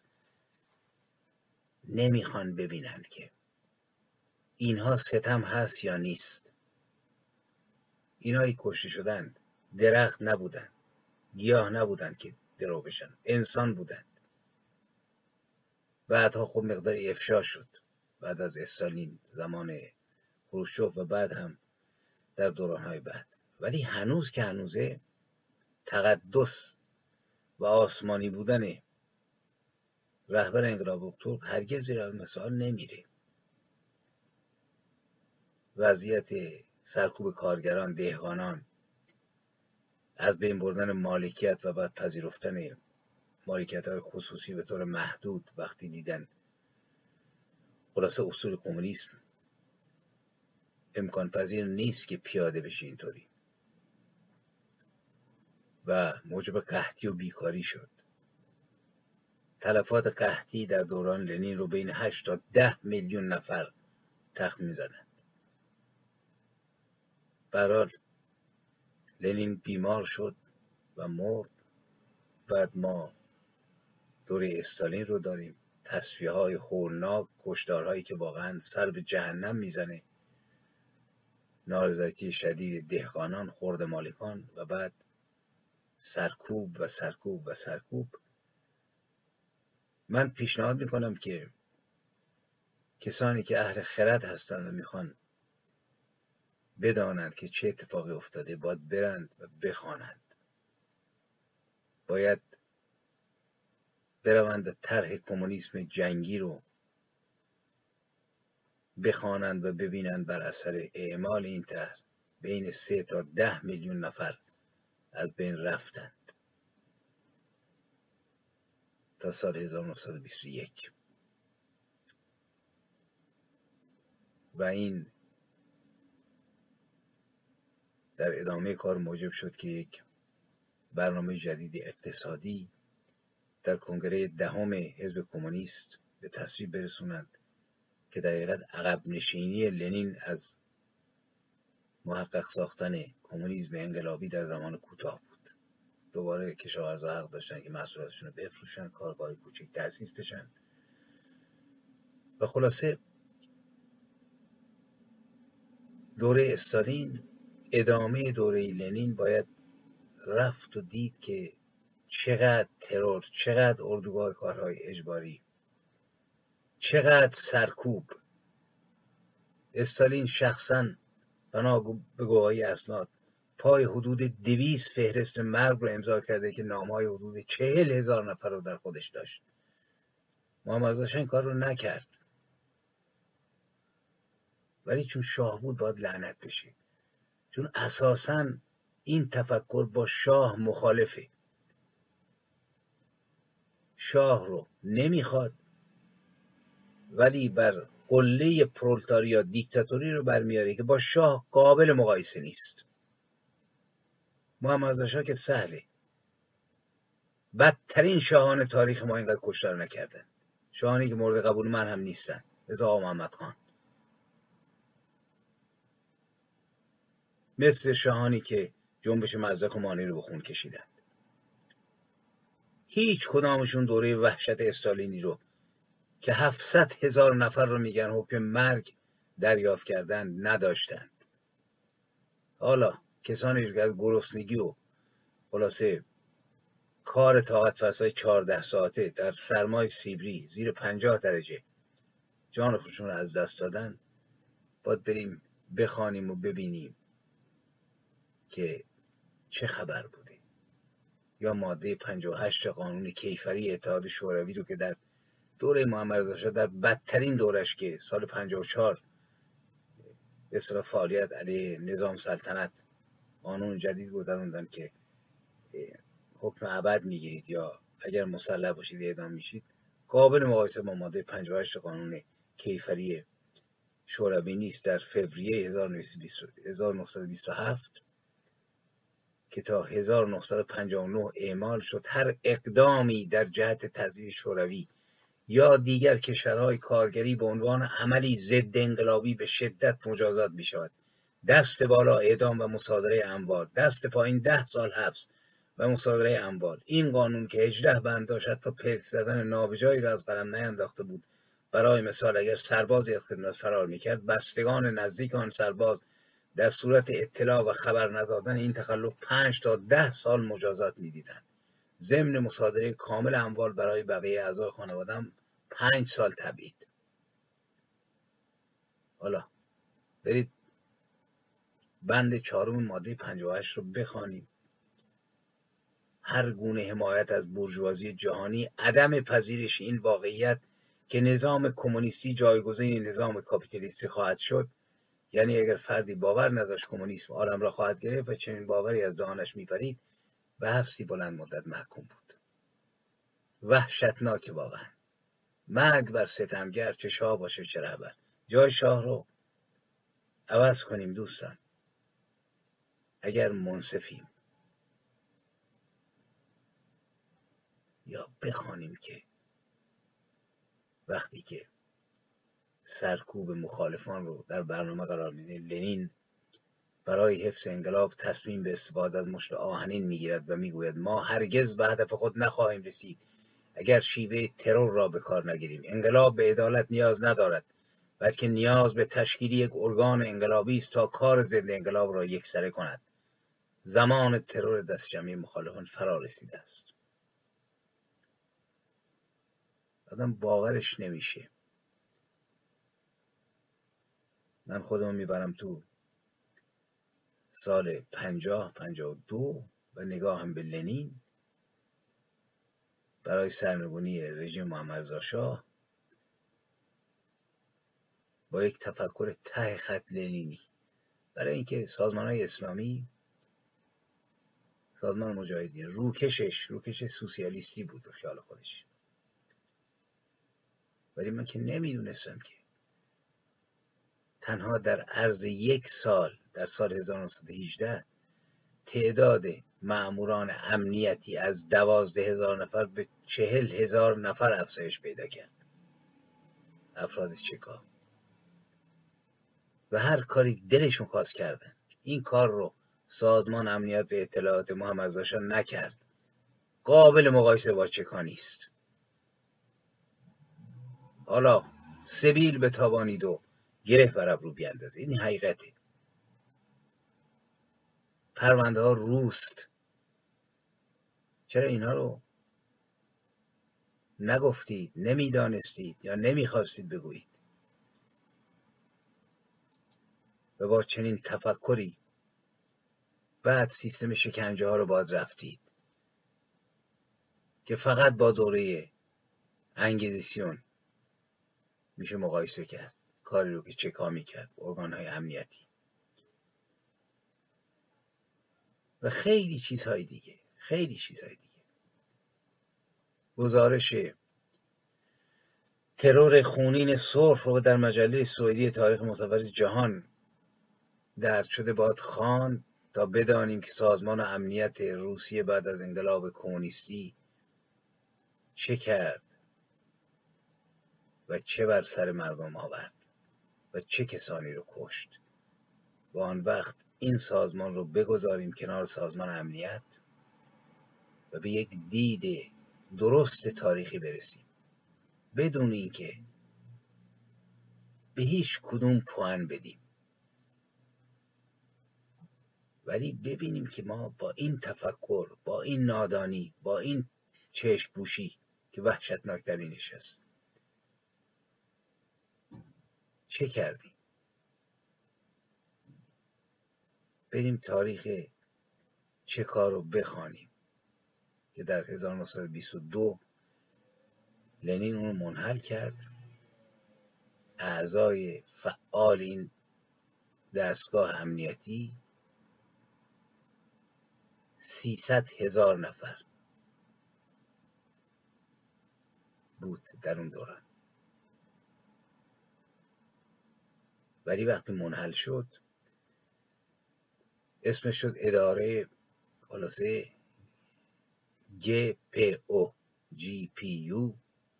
نمیخوان ببینند که اینها ستم هست یا نیست. اینایی کشته شدند درخت نبودند، گیاه نبودند که درو بشن، انسان بودند. بعدها خب مقداری افشا شد بعد از استالین، زمان خروشچوف و بعد هم در دورانهای بعد. ولی هنوز که هنوزه تقدس و آسمانی بودن رهبر انقلاب اکتبر هرگز زیر مثال نمیره. وضعیت سرکوب کارگران، دهقانان، از بین بردن مالکیت و بعد پذیرفتن مالکیت‌های خصوصی به طور محدود وقتی دیدن خلاصه اصول کمونیسم امکان پذیر نیست که پیاده بشه اینطوری و موجب قحطی و بیکاری شد. تلفات قحطی در دوران لنین رو بین 8 تا 10 میلیون نفر تخمین زدند. به هر حال لنین بیمار شد و مرد بعد ما دوره استالین رو داریم، تصفیه‌های هولناک، کشتارهایی که واقعا سر به جهنم میزنه، نارضایتی شدید دهقانان، خرده مالکان، و بعد سرکوب و سرکوب و سرکوب. من پیشنهاد میکنم که کسانی که اهل خرد هستند و میخوان بدانند که چه اتفاقی افتاده باید برند و بخوانند، باید بروند و طرح کمونیسم جنگی رو بخوانند و ببینند بر اثر اعمال این طرح بین 3 تا 10 میلیون نفر از بین رفتند تا سال 1921 و این در ادامه کار موجب شد که یک برنامه جدید اقتصادی در کنگره دهم حزب کمونیست به تصویب برسونند که در حقیقت عقب نشینی لنین از محقق ساختن کمونیسم انقلابی در زمان کوتاه بود. دوباره کشاورزا حق داشتن که محصولاتشون رو بفروشن، کارگاه کوچک تأسیس بشن و خلاصه دوره استالین ادامه دوره لنین باید رفت و دید که چقدر ترور، چقدر اردوگاه کارهای اجباری، چقدر سرکوب. استالین شخصاً بنا به گواهی اسناد پای حدود 200 فهرست مرگ رو امضا کرده که نام‌های حدود 40,000 نفر رو در خودش داشت. محمد رضا شاه این کار رو نکرد، ولی چون شاه بود باید لعنت بشه، چون اساساً این تفکر با شاه مخالفه. شاه رو نمیخواد ولی بر قله پرولتاریا دیکتاتوری رو برمیاره که با شاه قابل مقایسه نیست. محمد رضا شاه که سهله، بدترین شاهان تاریخ ما اینقدر کشتار نکردن، شاهانی که مورد قبول من هم نیستن، مثل آقا محمد خان، مثل شاهانی که جنبش مزدک و مانی رو به خون کشیدند. هیچ کدامشون دوره وحشت استالینی رو که 700,000 نفر رو میگن حکم مرگ دریافت کردند نداشتند. حالا کسانی که از گرسنگی و خلاصه کار طاقت فرسای 14 ساعته در سرمای سیبری زیر 50 درجه جان خودشون رو از دست دادن، باید بریم بخوانیم و ببینیم که چه خبر بوده. یا ماده 58 قانون کیفری اتحاد شوروی رو که در دوره محمد رضا شاه در بدترین دورش که سال 54 به اصطلاح فعالیت علیه نظام سلطنت قانون جدید گذروندن که حکم ابد میگیرید یا اگر مسلح باشید اعدام میشید، قابل مقایسه با ماده 58 قانون کیفری شوروی نیست. در فوریه 1927 که تا 1959 اعمال شد، هر اقدامی در جهت تضعیف شوروی یا دیگر کشورهای کارگری به عنوان عملی ضد انقلابی به شدت مجازات می شود. دست بالا اعدام و مصادره اموال، دست پایین 10 سال حبس و مصادره اموال. این قانون که 18 بند داشت، حتی پلک زدن نابجایی را از قلم نینداخته بود. برای مثال اگر سربازی از خدمت فرار میکرد، بستگان نزدیک آن سرباز در صورت اطلاع و خبر ندادن این تخلف 5 تا 10 سال مجازات میدیدند. ضمن مصادره کامل اموال برای بقیه اعضای خانواده‌ام 5 سال تبعید. حالا برید بند 4 ماده 58 رو بخوانیم. هر گونه حمایت از بورژوازی جهانی، عدم پذیرش این واقعیت که نظام کمونیستی جایگزین نظام کاپیتالیستی خواهد شد، یعنی اگر فردی باور نداشت کمونیسم عالم را خواهد گرفت و چنین باوری از دهانش میپرید، به حبسی بلند مدت محکوم بود. وحشتناک واقعا. مرگ بر ستمگر، چه شاه باشه چه رهبر. جای شاه رو عوض کنیم دوستان اگر منصفیم، یا بخوانیم که وقتی که سرکوب مخالفان رو در برنامه قرار میده، لنین برای حفظ انقلاب تصمیم به استفاده از مشت آهنین میگیرد و میگوید ما هرگز به هدف خود نخواهیم رسید اگر شیوه ترور را به کار نگیریم. انقلاب به عدالت نیاز ندارد، بلکه نیاز به تشکیل یک ارگان انقلابی است تا کار ضد انقلاب را یکسره کند. زمان ترور دست جمعی مخالفان فرا رسیده است. آدم باورش نمیشه. من خودم میبرم تو سال 50-52 و نگاهم به لنین برای سرنگونی رژیم محمد رضا شاه با یک تفکر ته خط لنینی، برای اینکه سازمان‌های اسلامی، سازمان مجاهدین، روکش سوسیالیستی بود به خیال خودش، ولی من که نمیدونستم که تنها در عرض یک سال، در سال 1918 تعداد ماموران امنیتی از 12,000 نفر به 40,000 نفر افزایش پیدا کرد. افراد چکار و هر کاری دلشون خواست کردن. این کار رو سازمان امنیت و اطلاعات محمد رضا شاه نکرد. قابل مقایسه با چکار نیست. حالا سبیل به تابانید و گره بر ابرو بیاندازید. این حقیقته. پرونده ها روست. چرا اینها رو نگفتید، نمیدانستید یا نمیخواستید بگویید؟ و با چنین تفکری بعد سیستم شکنجه ها رو باید رفتید که فقط با دوره انگیزیسیون میشه مقایسه کرد کاری رو که چکا میکرد ارگان‌های امنیتی و خیلی چیزهای دیگه. گزارش ترور خونین سرخ رو در مجله سوئدی تاریخ مصور جهان درد شده باید خواند تا بدانیم که سازمان امنیت روسیه بعد از انقلاب کمونیستی چه کرد و چه بر سر مردم آورد و چه کسانی رو کشت. و آن وقت این سازمان رو بگذاریم کنار سازمان امنیت و به یک دید درست تاریخی برسیم، بدون اینکه به هیچ کدوم پوان بدیم، ولی ببینیم که ما با این تفکر، با این نادانی، با این چشم پوشی که وحشتناکترینش است چه کردیم. بریم تاریخ چه کار رو بخوانیم که در 1922 لنین اون رو منحل کرد. اعضای فعال این دستگاه امنیتی 300,000 نفر بود در اون دوران، ولی وقتی منحل شد اسمش شد اداره خلاصه GPU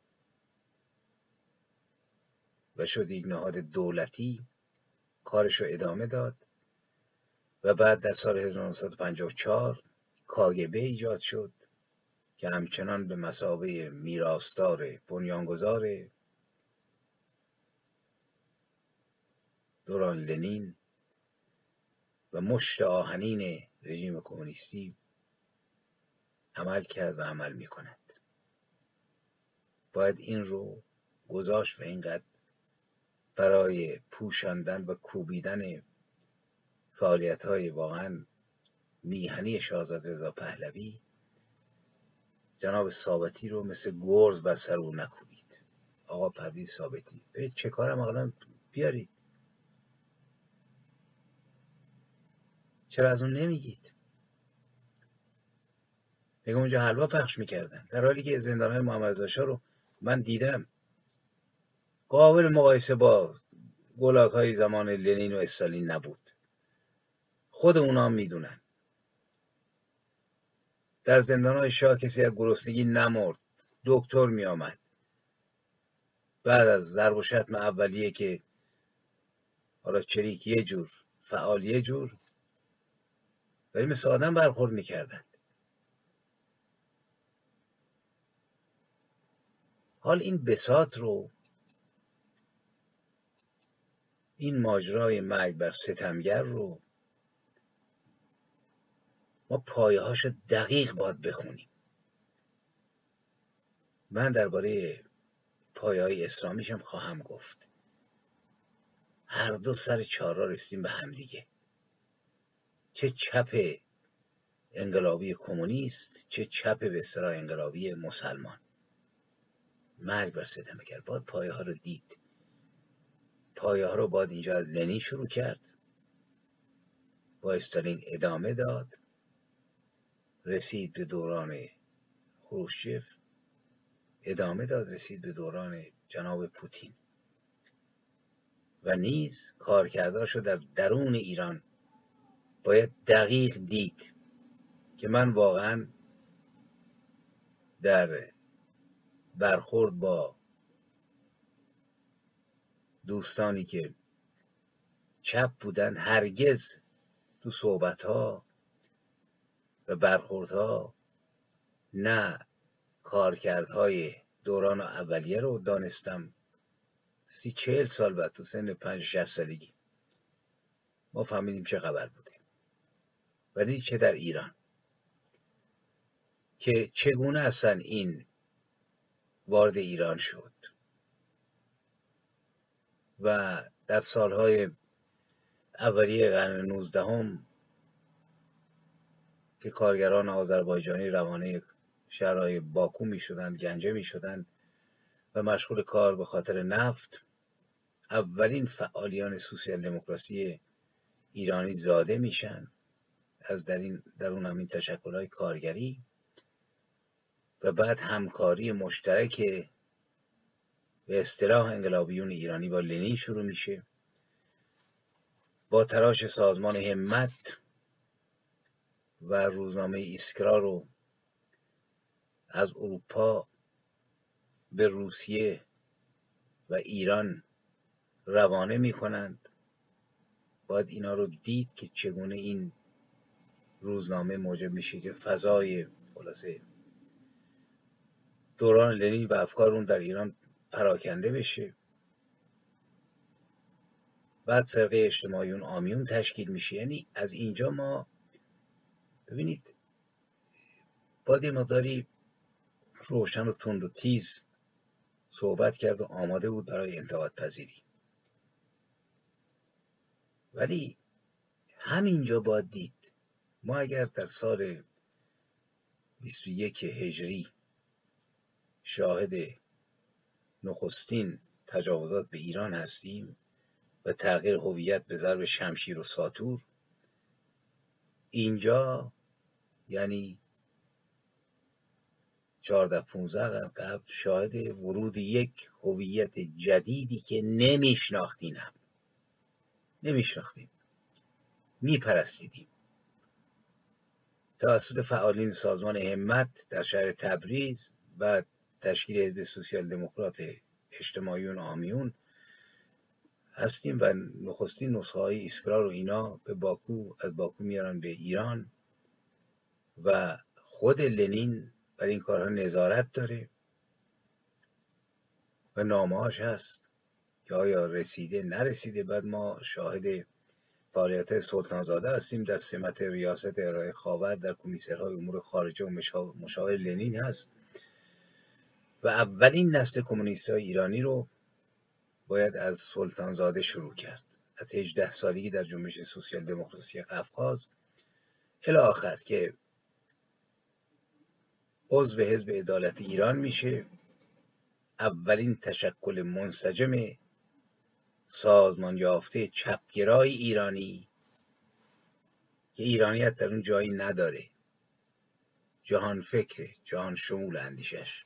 و شد یک نهاد دولتی، کارش رو ادامه داد و بعد در سال 1954 KGB ایجاد شد که همچنان به مثابه میراثدار بنیانگذار دوران لنین و مشت آهنین رژیم کمونیستی عمل کرد و عمل می کند. باید این رو گذاشت و اینقدر برای پوشاندن و کوبیدن فعالیت‌های واقعا میهنی شاهزاده رضا پهلوی جناب ثابتی رو مثل گرز بر سر او نکوبید. آقا پرویز ثابتی، برید چه کارم الان بیارید. چرا از اون نمیگید؟ میگم اونجا حلوا پخش میکردن، در حالی که زندان‌های محمد رضا شاه رو من دیدم قابل مقایسه با گلاگ‌های زمان لنین و استالین نبود. خود اونا میدونن. در زندان‌های شاه کسی از گرسنگی نمرد، دکتر میآمد. بعد از ضرب و شتم اولیه که حالا چریک یه جور، فعال یه جور، ولی مثل آدم برخورد میکردند. حال این بساط رو، این ماجرای مرگ بر ستمگر رو ما پایه‌هاش دقیق باید بخونیم. من درباره پایه‌های اسلامیش هم خواهم گفت. هر دو سر چهار رسیدیم به همدیگه، چه چپ انقلابی کمونیست، چه چپ به اصطلاح انقلابی مسلمان. مرگ بر ستمگر، باید پایه ها رو دید. پایه ها رو باید اینجا از لنین شروع کرد، با استالین ادامه داد، رسید به دوران خروشچف، ادامه داد رسید به دوران جناب پوتین و نیز کارکرداشو در درون ایران باید دقیق دید که من واقعا در برخورد با دوستانی که چپ بودن هرگز تو صحبت‌ها و برخوردها نه کارکردهای دوران اولیه رو دانستم. 30-40 سال بعد تو سن 50-60 سالگی ما فهمیدیم چه خبر بوده. ولی چه در ایران که چگونه اصلا این وارد ایران شد و در سالهای اولیه قرن 19 که کارگران آذربایجانی روانه شهرهای باکو می شدند، گنجه می شدند و مشغول کار به خاطر نفت، اولین فعالیان سوسیال دموکراسی ایرانی زاده میشن از درون همین تشکل‌های کارگری و بعد همکاری مشترک به اصطلاح انقلابیون ایرانی با لنین شروع میشه. با تلاش سازمان همت و روزنامه ایسکرا رو از اروپا به روسیه و ایران روانه میکنند. باید اینا رو دید که چگونه این روزنامه موجب میشه که فضای خلاصه دوران لنین و افکار اون در ایران پراکنده بشه. بعد فرقه اجتماعیون آمیون تشکیل میشه. یعنی از اینجا ما ببینید باید یه مقداری روشن و تند و تیز صحبت کرد و آماده بود برای انتقاد پذیری. ولی همینجا باید دید ما اگر در سال 21 هجری شاهد نخستین تجاوزات به ایران هستیم و تغییر هویت به ضرب شمشیر و ساطور، اینجا یعنی 14-15 قرن قبل شاهد ورود یک هویت جدیدی که نمیشناختیم، میپرستیدیم توسط فعالین سازمان همت در شهر تبریز و تشکیل حزب سوسیال دموکرات اجتماعیون آمیون هستیم و نخستین نسخه های ایسکرا رو اینا به باکو، از باکو میارن به ایران و خود لنین برای این کارها نظارت داره و نامه‌هاش هست که آیا رسیده نرسیده. بعد ما شاهد فعالیت سلطانزاده هستیم در سمت ریاست ارائه خاور در کمیسرهای امور خارجه و مشاور لنین هست و اولین نسل کمونیست‌های ایرانی رو باید از سلطانزاده شروع کرد، از 18 سالگی در جنبش سوسیال دموکراسی قفقاز الی آخر که عضو حزب عدالت ایران میشه. اولین تشکل منسجم سازمان یافته چپگرای ایرانی که ایرانیت در اون جایی نداره، جهان فکر، جهان شمول اندیشش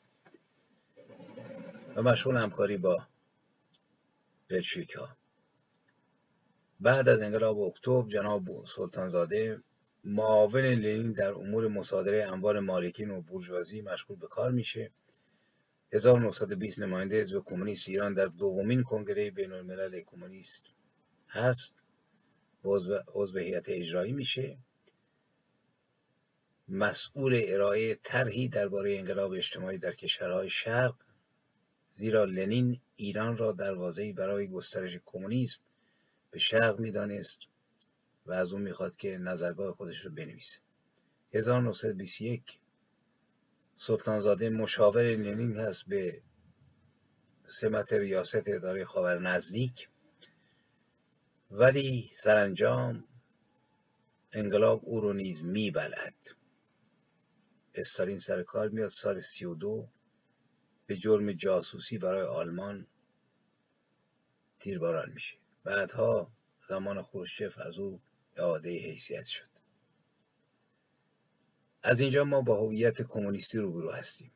و مشغول همکاری با بلشویک‌ها. بعد از انقلاب اکتبر جناب سلطانزاده معاون لنین در امور مصادره اموال مالکین و بورژوازی مشغول به کار میشه. 1920 نماینده حزب کمونیست ایران در دومین کنگره بین‌الملل کمونیست هست، عضو هیئت اجرایی میشه مسئول ارائه طرحی درباره انقلاب اجتماعی در کشورهای شرق، زیرا لنین ایران را دروازه‌ای برای گسترش کمونیسم به شرق می‌دانست و از اون می‌خواد که نظرگاه خودش رو بنویسه. 1921 سلطانزاده مشاور لنین هست به سمت ریاست اداره خاور نزدیک، ولی سرانجام انقلاب او رو نیز میبلد. استالین سر کار میاد سال 32 به جرم جاسوسی برای آلمان تیرباران میشه. بعدها زمان خروشچف از او اعاده حیثیت شد. از اینجا ما با هویت کمونیستی روبرو هستیم.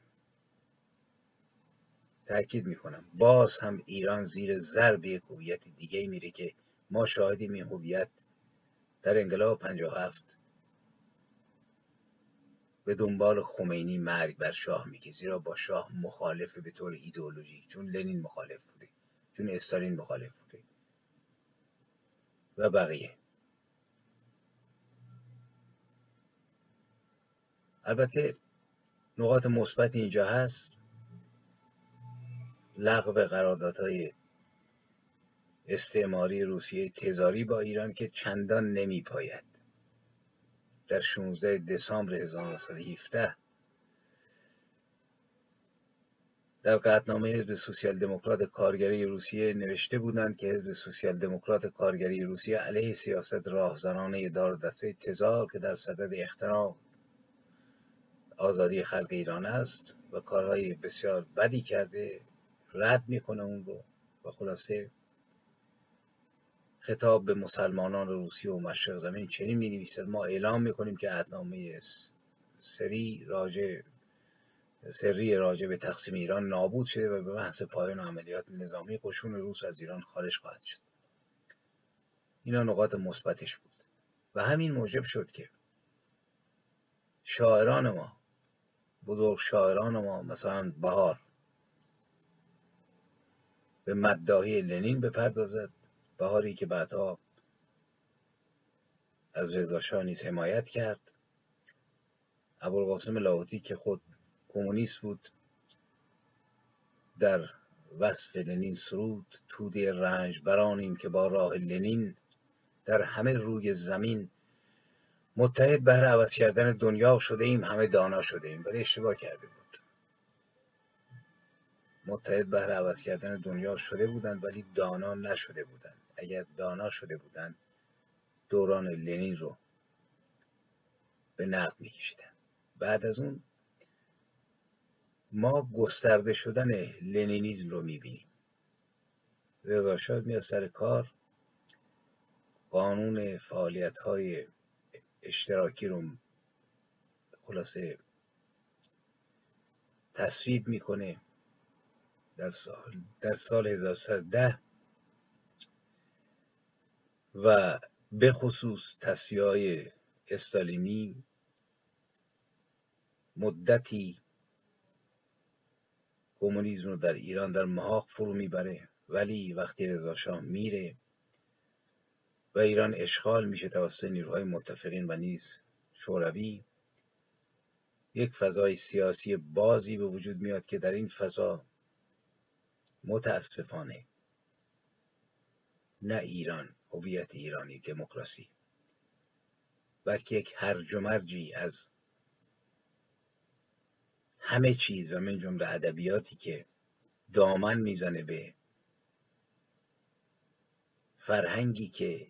تأکید میکنم باز هم ایران زیر ضرب یک هویت دیگه میره که ما شاهدیم این هویت در انقلاب 57 به دنبال خمینی مرگ بر شاه میگه، زیرا با شاه مخالف به طور ایدئولوژیک، چون لنین مخالف بوده، چون استالین مخالف بوده و بقیه. البته نقاط مثبت اینجا هست. لغو قراردادهای استعماری روسیه تزاری با ایران که چندان نمیپاید. در 16 دسامبر 1917 در قطعنامه حزب سوسیال دموکرات کارگری روسیه نوشته بودند که حزب سوسیال دموکرات کارگری روسیه علیه سیاست راهزنانه دار و دسته تزار که در صدد اختراق آزادی خلق ایران است و کارهای بسیار بدی کرده، رد میکنه اون رو و خلاصه خطاب به مسلمانان روسیه و مشرق زمین چنین می‌نویسد: ما اعلام میکنیم که عهدنامه سری راجع به تقسیم ایران نابود شده و به محض پایان عملیات نظامی قشون روس از ایران خارج خواهد شد. اینا نقاط مثبتش بود و همین موجب شد که شاعران ما، بزرگ شاعران ما، مثلا بهار به مداحی لنین بپردازد، بهاری که بعدها از رضا شاه نیز حمایت کرد. ابوالقاسم لاهوتی که خود کمونیست بود در وصف لنین سرود: توده رنج برانیم که با راه لنین در همه روی زمین متحد بهر عوض کردن دنیا شده ایم، همه دانا شده ایم. ولی اشتباه کرده بود. متحد بهر عوض کردن دنیا شده بودند ولی دانا نشده بودند. اگر دانا شده بودند دوران لنین رو به نقد میکشیدند. بعد از اون ما گسترده شدن لنینیسم رو میبینیم. رضا شاه میاد سر کار، قانون فعالیت‌های اشتراکی رو خلاصه تصویب میکنه در سال 1310 و به خصوص تصفیه‌های استالینی مدتی کمونیسم رو در ایران در محاق فرو میبره. ولی وقتی رضا شاه میره و ایران اشغال میشه توسط نیروهای متفقین و نیز شوروی، یک فضای سیاسی بازی به وجود میاد که در این فضا متاسفانه نه ایران، هویت ایرانی، دموکراسی، بلکه یک هرج و مرجی از همه چیز و من جمله ادبیاتی که دامن میزنه به فرهنگی که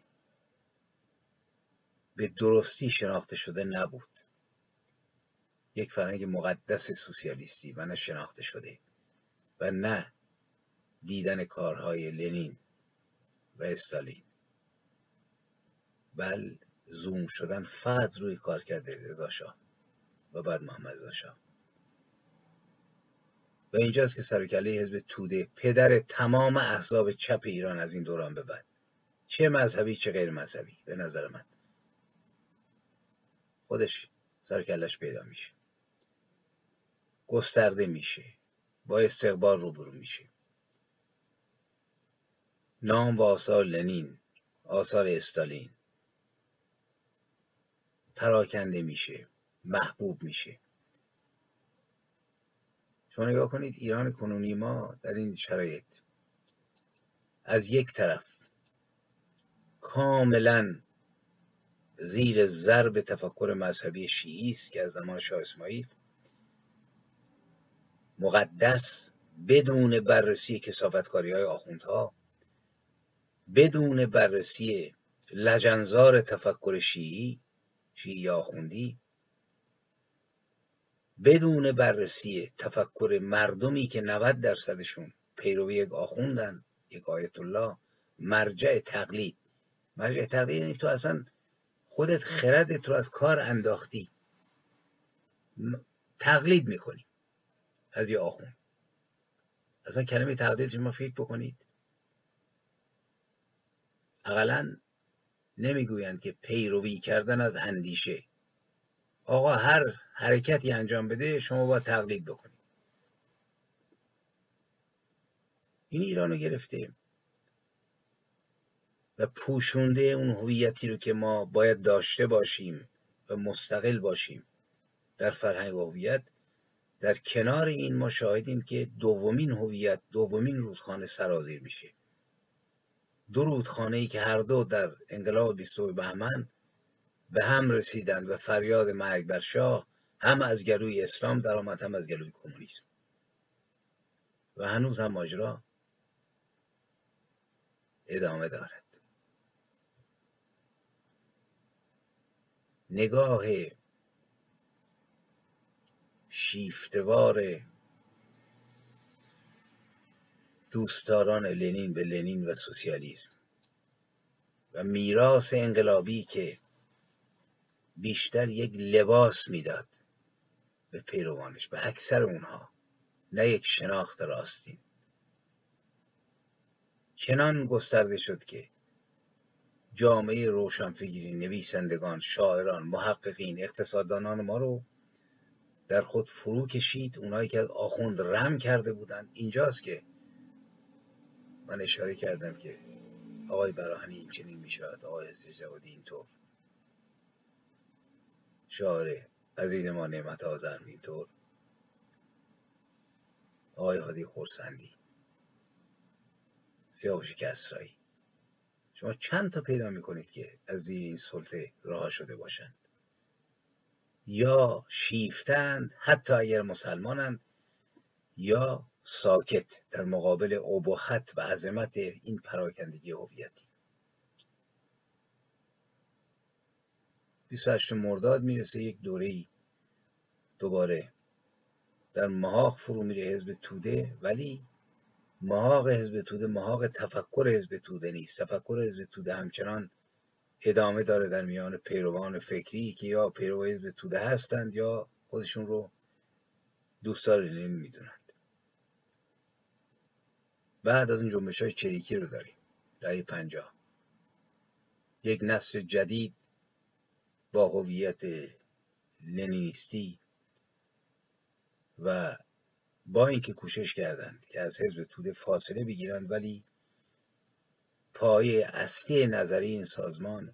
به درستی شناخته شده نبود، یک فرهنگ مقدس سوسیالیستی و نه شناخته شده و نه دیدن کارهای لنین و استالین، بل زوم شدن فقط روی کار کرده رضا شاه و بعد محمد رضا شاه. و اینجاست که سر و کله حزب توده، پدر تمام احزاب چپ ایران از این دوران به بعد، چه مذهبی چه غیر مذهبی، به نظر من خودش سر و کلش پیدا میشه، گسترده میشه، با استقبال روبرو میشه. نام و آثار لنین، آثار استالین پراکنده میشه، محبوب میشه. شما نگاه کنید ایران کنونی ما در این شرایط از یک طرف کاملا زیر ضرب تفکر مذهبی شیعی است که از زمان شاه اسماعیل مقدس، بدون بررسی کثافتکاری‌های آخوندها، بدون بررسی لجنزار تفکر شیعی آخوندی، بدون بررسی تفکر مردمی که 90% پیروی یک آخوندن، یک آیت الله، مرجع تقلید یعنی تو اصلا خودت خردت رو از کار انداختی، تقلید میکنی از یه آخوند. اصلا کلمه تقلید شما فکر بکنید، اقلا نمیگویند که پیروی کردن از اندیشه. آقا هر حرکتی انجام بده شما باید تقلید بکنید. این ایرانو گرفته و پوشونده اون هویتی رو که ما باید داشته باشیم و مستقل باشیم در فرهنگ و هویت. در کنار این ما شاهدیم که دومین هویت، دومین رودخانه سرازیر میشه. دو رودخانه‌ای که هر دو در انقلاب 22 بهمن به هم رسیدند و فریاد مرگ بر شاه هم از گلوی اسلام در آمد هم از گلوی کمونیسم و هنوز هم ماجرا ادامه دارد. نگاه شیفتوار دوستداران لنین به لنین و سوسیالیسم و میراث انقلابی که بیشتر یک لباس میداد به پیروانش، به اکثر اونها، نه یک شناخت راستین، چنان گسترده شد که جامعه روشنفکرین، نویسندگان، شاعران، محققین، اقتصاددانان ما رو در خود فرو کشید. اونایی که از آخوند رم کرده بودند. اینجاست که من اشاره کردم که آقای براهنی این چنین میشود، آقای حسین جوادی اینطور، شاعر عزیز ما نعمت آذر اینطور، آقای هادی خرسندی، سیاوش کسرایی. شما چند تا پیدا میکنید که از زیر این سلطه رها شده باشند یا شیفتند، حتی اگر مسلمانند، یا ساکت در مقابل ابهت و عظمت این پراکندگی هویتی. 28 مرداد میرسه، یک دوره‌ای دوباره در محاق فرو میره حزب توده، ولی محاق حزب توده محاق تفکر حزب توده نیست. تفکر حزب توده همچنان ادامه داره در میان پیروان فکری که یا پیرو حزب توده هستند یا خودشون رو دوستدار لنین میدونند. بعد از این جنبش‌های چریکی رو داریم دهه 50، یک نسل جدید با هویت لنینیستی و با اینکه کوشش کردند که از حزب توده فاصله بگیرند، ولی پایه اصلی نظری این سازمان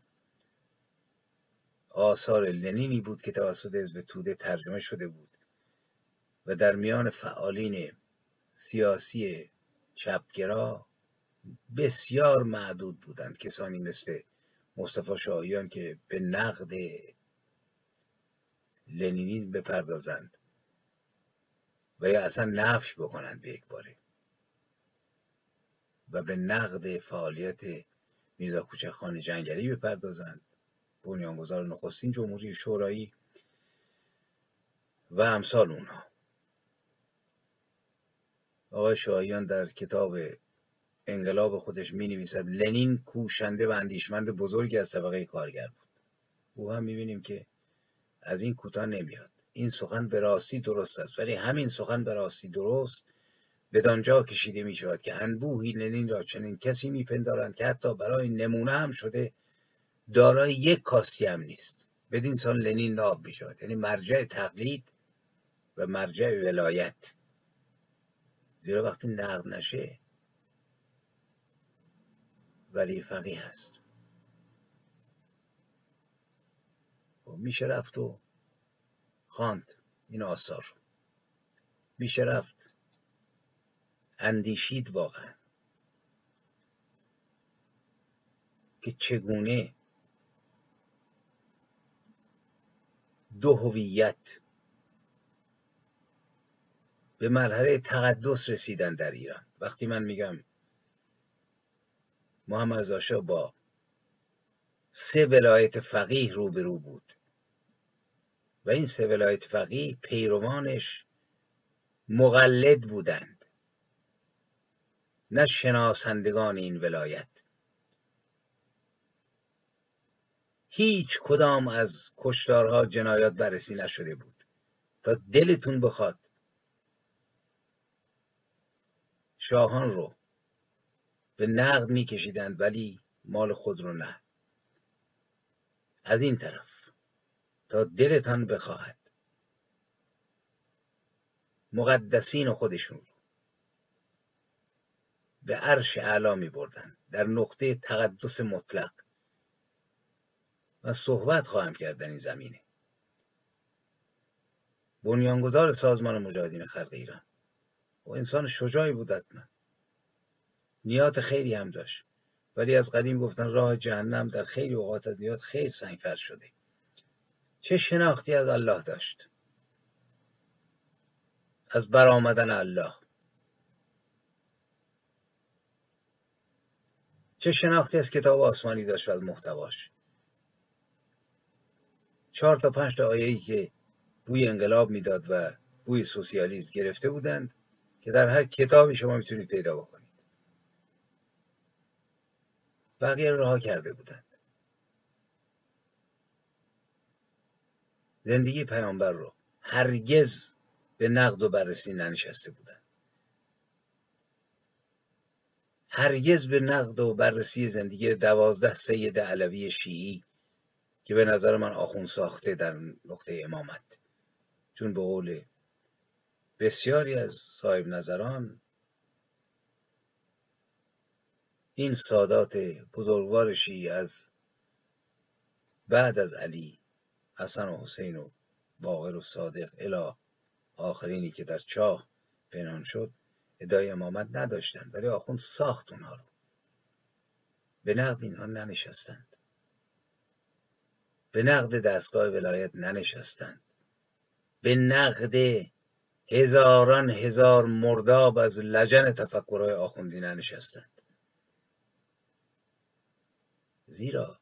آثار لنینی بود که توسط حزب توده ترجمه شده بود و در میان فعالین سیاسی چپگرا بسیار معدود بودند کسانی مثل مصطفی شاهیان که به نقد لنینیسم بپردازند و یا اصلا نفی بکنند به یک باره و به نقد فعالیت میرزا کوچکخان جنگلی بپردازند، بنیانگذار نخستین جمهوری شورایی و امثال اونها. آقای شاهیان در کتاب انقلاب خودش می نویسد لنین کوشنده و اندیشمند بزرگی از طبقه کارگر بود. او هم می بینیم که از این کوتاه نمیاد. این سخن به راستی درست است، ولی همین سخن به راستی درست بدانجا کشیده می شود که انبوهی لنین را چنین کسی می پندارند که حتی برای نمونه هم شده دارای یک کاستی هم نیست. بدین سان لنین ناب می شود، یعنی مرجع تقلید و مرجع ولایت. زیرا وقتی نقد نشه ولی فقیه هست. میشه رفت و خواند این آثار رو، میشه رفت اندیشید واقعا که چگونه دو هویت به مرحله تقدس رسیدن در ایران. وقتی من میگم محمد رضا شاه با 3 ولایت فقیه روبرو بود و این 3 ولایت فقیه پیروانش مقلد بودند، نه شناسندگان این ولایت. هیچ کدام از کشتارها جنایات بررسی نشده بود. تا دلتون بخواد شاهان رو به نقد میکشیدند ولی مال خود رو نه. از این طرف تا دلتان بخواهد مقدسین خودشون رو به عرش اعلا می بردن، در نقطه تقدس مطلق. من صحبت خواهم کرد در این زمینه. بنیانگذار سازمان مجاهدین خلق ایران و انسان شجاعی بود، حتما نیات خیری هم داشت، ولی از قدیم گفتن راه جهنم در خیلی اوقات از نیات خیر سنگفر شده. چه شناختی از الله داشت، از برآمدن الله. چه شناختی از کتاب آسمانی داشت و از محتواش. 4 تا 5 تا آیه‌ای که بوی انقلاب میداد و بوی سوسیالیسم گرفته بودند که در هر کتابی شما میتونید پیدا بکنید. بقیه رها کرده بودند. زندگی پیامبر رو هرگز به نقد و بررسی ننشسته بودند. هرگز به نقد و بررسی زندگی 12 سید علوی شیعی که به نظر من آخوند ساخته در نقطه امامت، چون به قول بسیاری از صاحب نظران این سادات بزرگوار شیعی از بعد از علی، حسن و حسین و باقر و صادق الی آخرینی که در چاه پنهان شد ادعای امامت نداشتند، ولی آخوند ساخت اونها رو. به نقد اینها ننشستند، به نقد دستگاه ولایت ننشستند، به نقد هزاران هزار مرداب از لجن تفکرهای آخوندی ننشستند. زیرا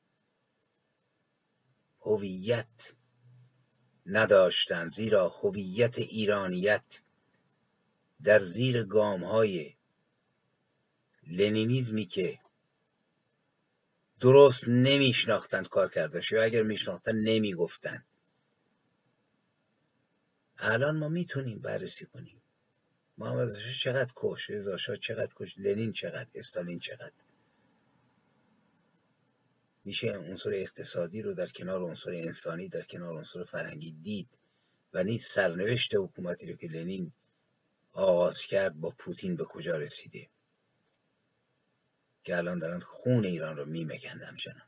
هویت نداشتند، زیرا هویت ایرانیت در زیر گام‌های لنینیزمی که درست نمیشناختند کار کردش، یا اگر میشناختند نمیگفتند. الان ما میتونیم بررسی کنیم محمد رضا شاه چقدر کش، رضا شاه چقدر کش، لنین چقدر، استالین چقدر. میشه عنصر اقتصادی رو در کنار عنصر انسانی، در کنار عنصر فرهنگی دید و نیز سرنوشت حکومتی رو که لنین آغاز کرد با پوتین به کجا رسیده که الان دارن خون ایران رو میمکند همچنان.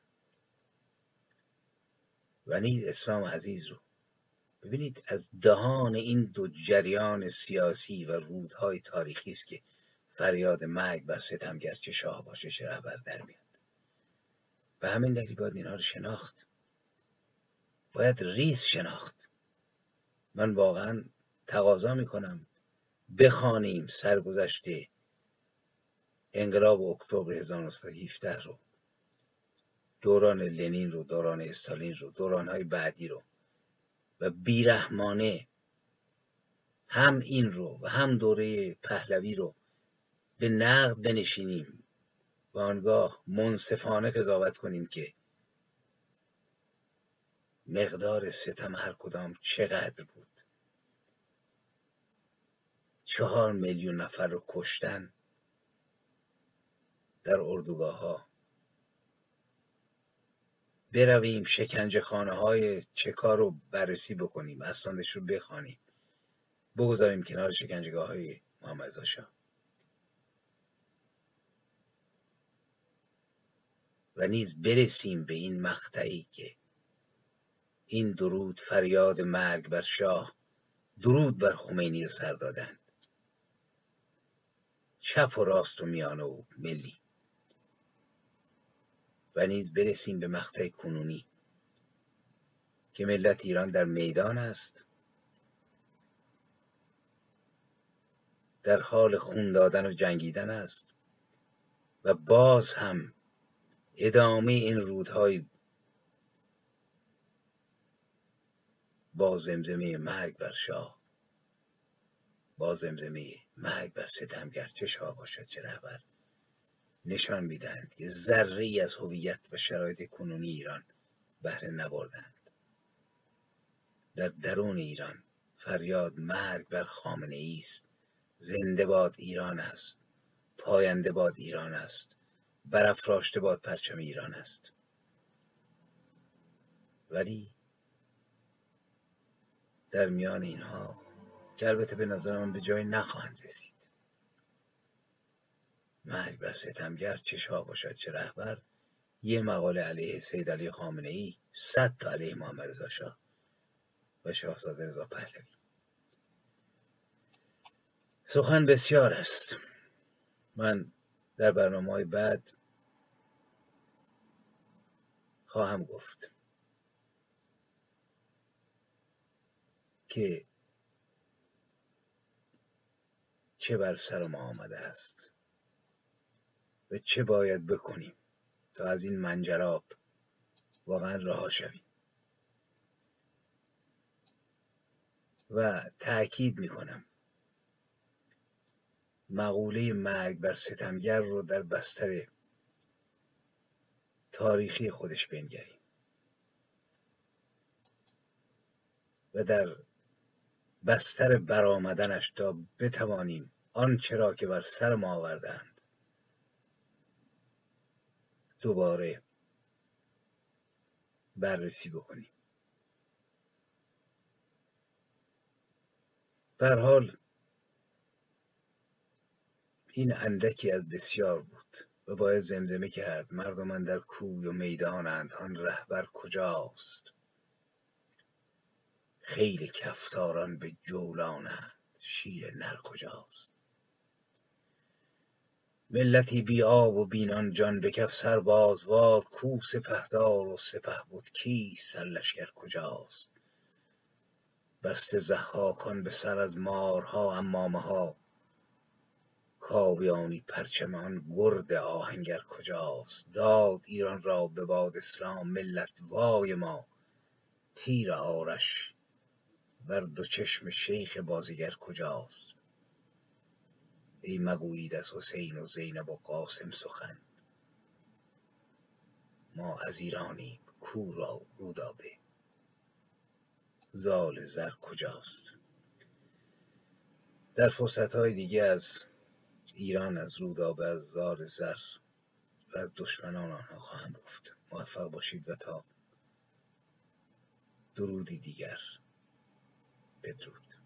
و نیز اسلام عزیز رو ببینید، از دهان این دو جریان سیاسی و رودهای تاریخی است که فریاد مرگ بر ستمگر، چه شاه باشه چه رهبر، در میاد. و همین دلیل باید اینها رو شناخت، باید ریز شناخت. من واقعا تقاضا میکنم بخوانیم سرگذشت انقلاب اکتبر 1917 رو، دوران لنین رو، دوران استالین رو، دورانهای بعدی رو، و بیرحمانه هم این رو و هم دوره پهلوی رو به نقد بنشینیم و آنگاه منصفانه قضاوت کنیم که مقدار ستم هر کدام چقدر بود. 4 میلیون نفر رو کشتن در اردوگاه‌ها. برویم شکنجه خانه های چکار رو بررسی بکنیم، اسنادش رو بخوانیم، بگذاریم کنار شکنجهگاه های محمد رضا شاه و نیز برسیم به این مقطعی که این درود فریاد مرگ بر شاه، درود بر خمینی سر دادند. چپ و راست و میانه و ملی. و نیز برسیم به مقطع کنونی که ملت ایران در میدان است، در حال خون دادن و جنگیدن است و باز هم ادامه این رودهای با زمزمه مرگ بر شاه، با زمزمه مرگ بر ستمگر، چه شاه باشد چه رهبر، نشان میدهند که ذره‌ای از هویت و شرایط کنونی ایران بهره نبردند. در درون ایران فریاد مرگ بر خامنه‌ای است. زنده باد ایران است، پاینده باد ایران است، برافراشته باد پرچم ایران است. ولی در میان اینها که البته به نظر من به جای نخواهند رسید، مرگ بر ستمگر، چه شاه باشد چه رهبر، یه مقاله علیه سید علی خامنه‌ای، 100 تا علیه محمد رضا شاه و شاهزاده رضا پهلوی. سخن بسیار است. من در برنامه‌های بعد خواهم گفت که چه بر سر ما آمده است و چه باید بکنیم تا از این منجلاب واقعا رها شویم. و تأکید میکنم مقوله مرگ بر ستمگر رو در بستر تاریخی خودش بنگریم و در بستر برآمدنش تا بتوانیم آنچه را که بر سر ما آوردند دوباره بررسی بکنیم. به هر حال این اندکی از بسیار بود و باید زمزمه کرد مردمان در کوی و میدانند، آن رهبر کجاست؟ خیل کفتاران به جولانند، شیر نر کجاست؟ ملتی بی آب و بی نان، جان به کف سربازوار، کو سپهدار و سپهبد کیست؟ سرلشکر کجاست؟ بسته ضحاکان به سر از مارها عمامه ها، کاویانی پرچم آن گرد آهنگر کجاست؟ داد ایران را به باد اسلام ملت، وای ما تیر آرش بر دو چشم شیخ بازیگر کجاست؟ ای مگویید از حسین و زینب و قاسم سخن، ما از ایرانیم کو را رودابه، زال زر کجاست؟ در فرصت‌های دیگه از ایران، از رودابه، از زال زر و از دشمنان آنها خواهم گفت. موفق باشید و تا درودی دیگر، بدرود.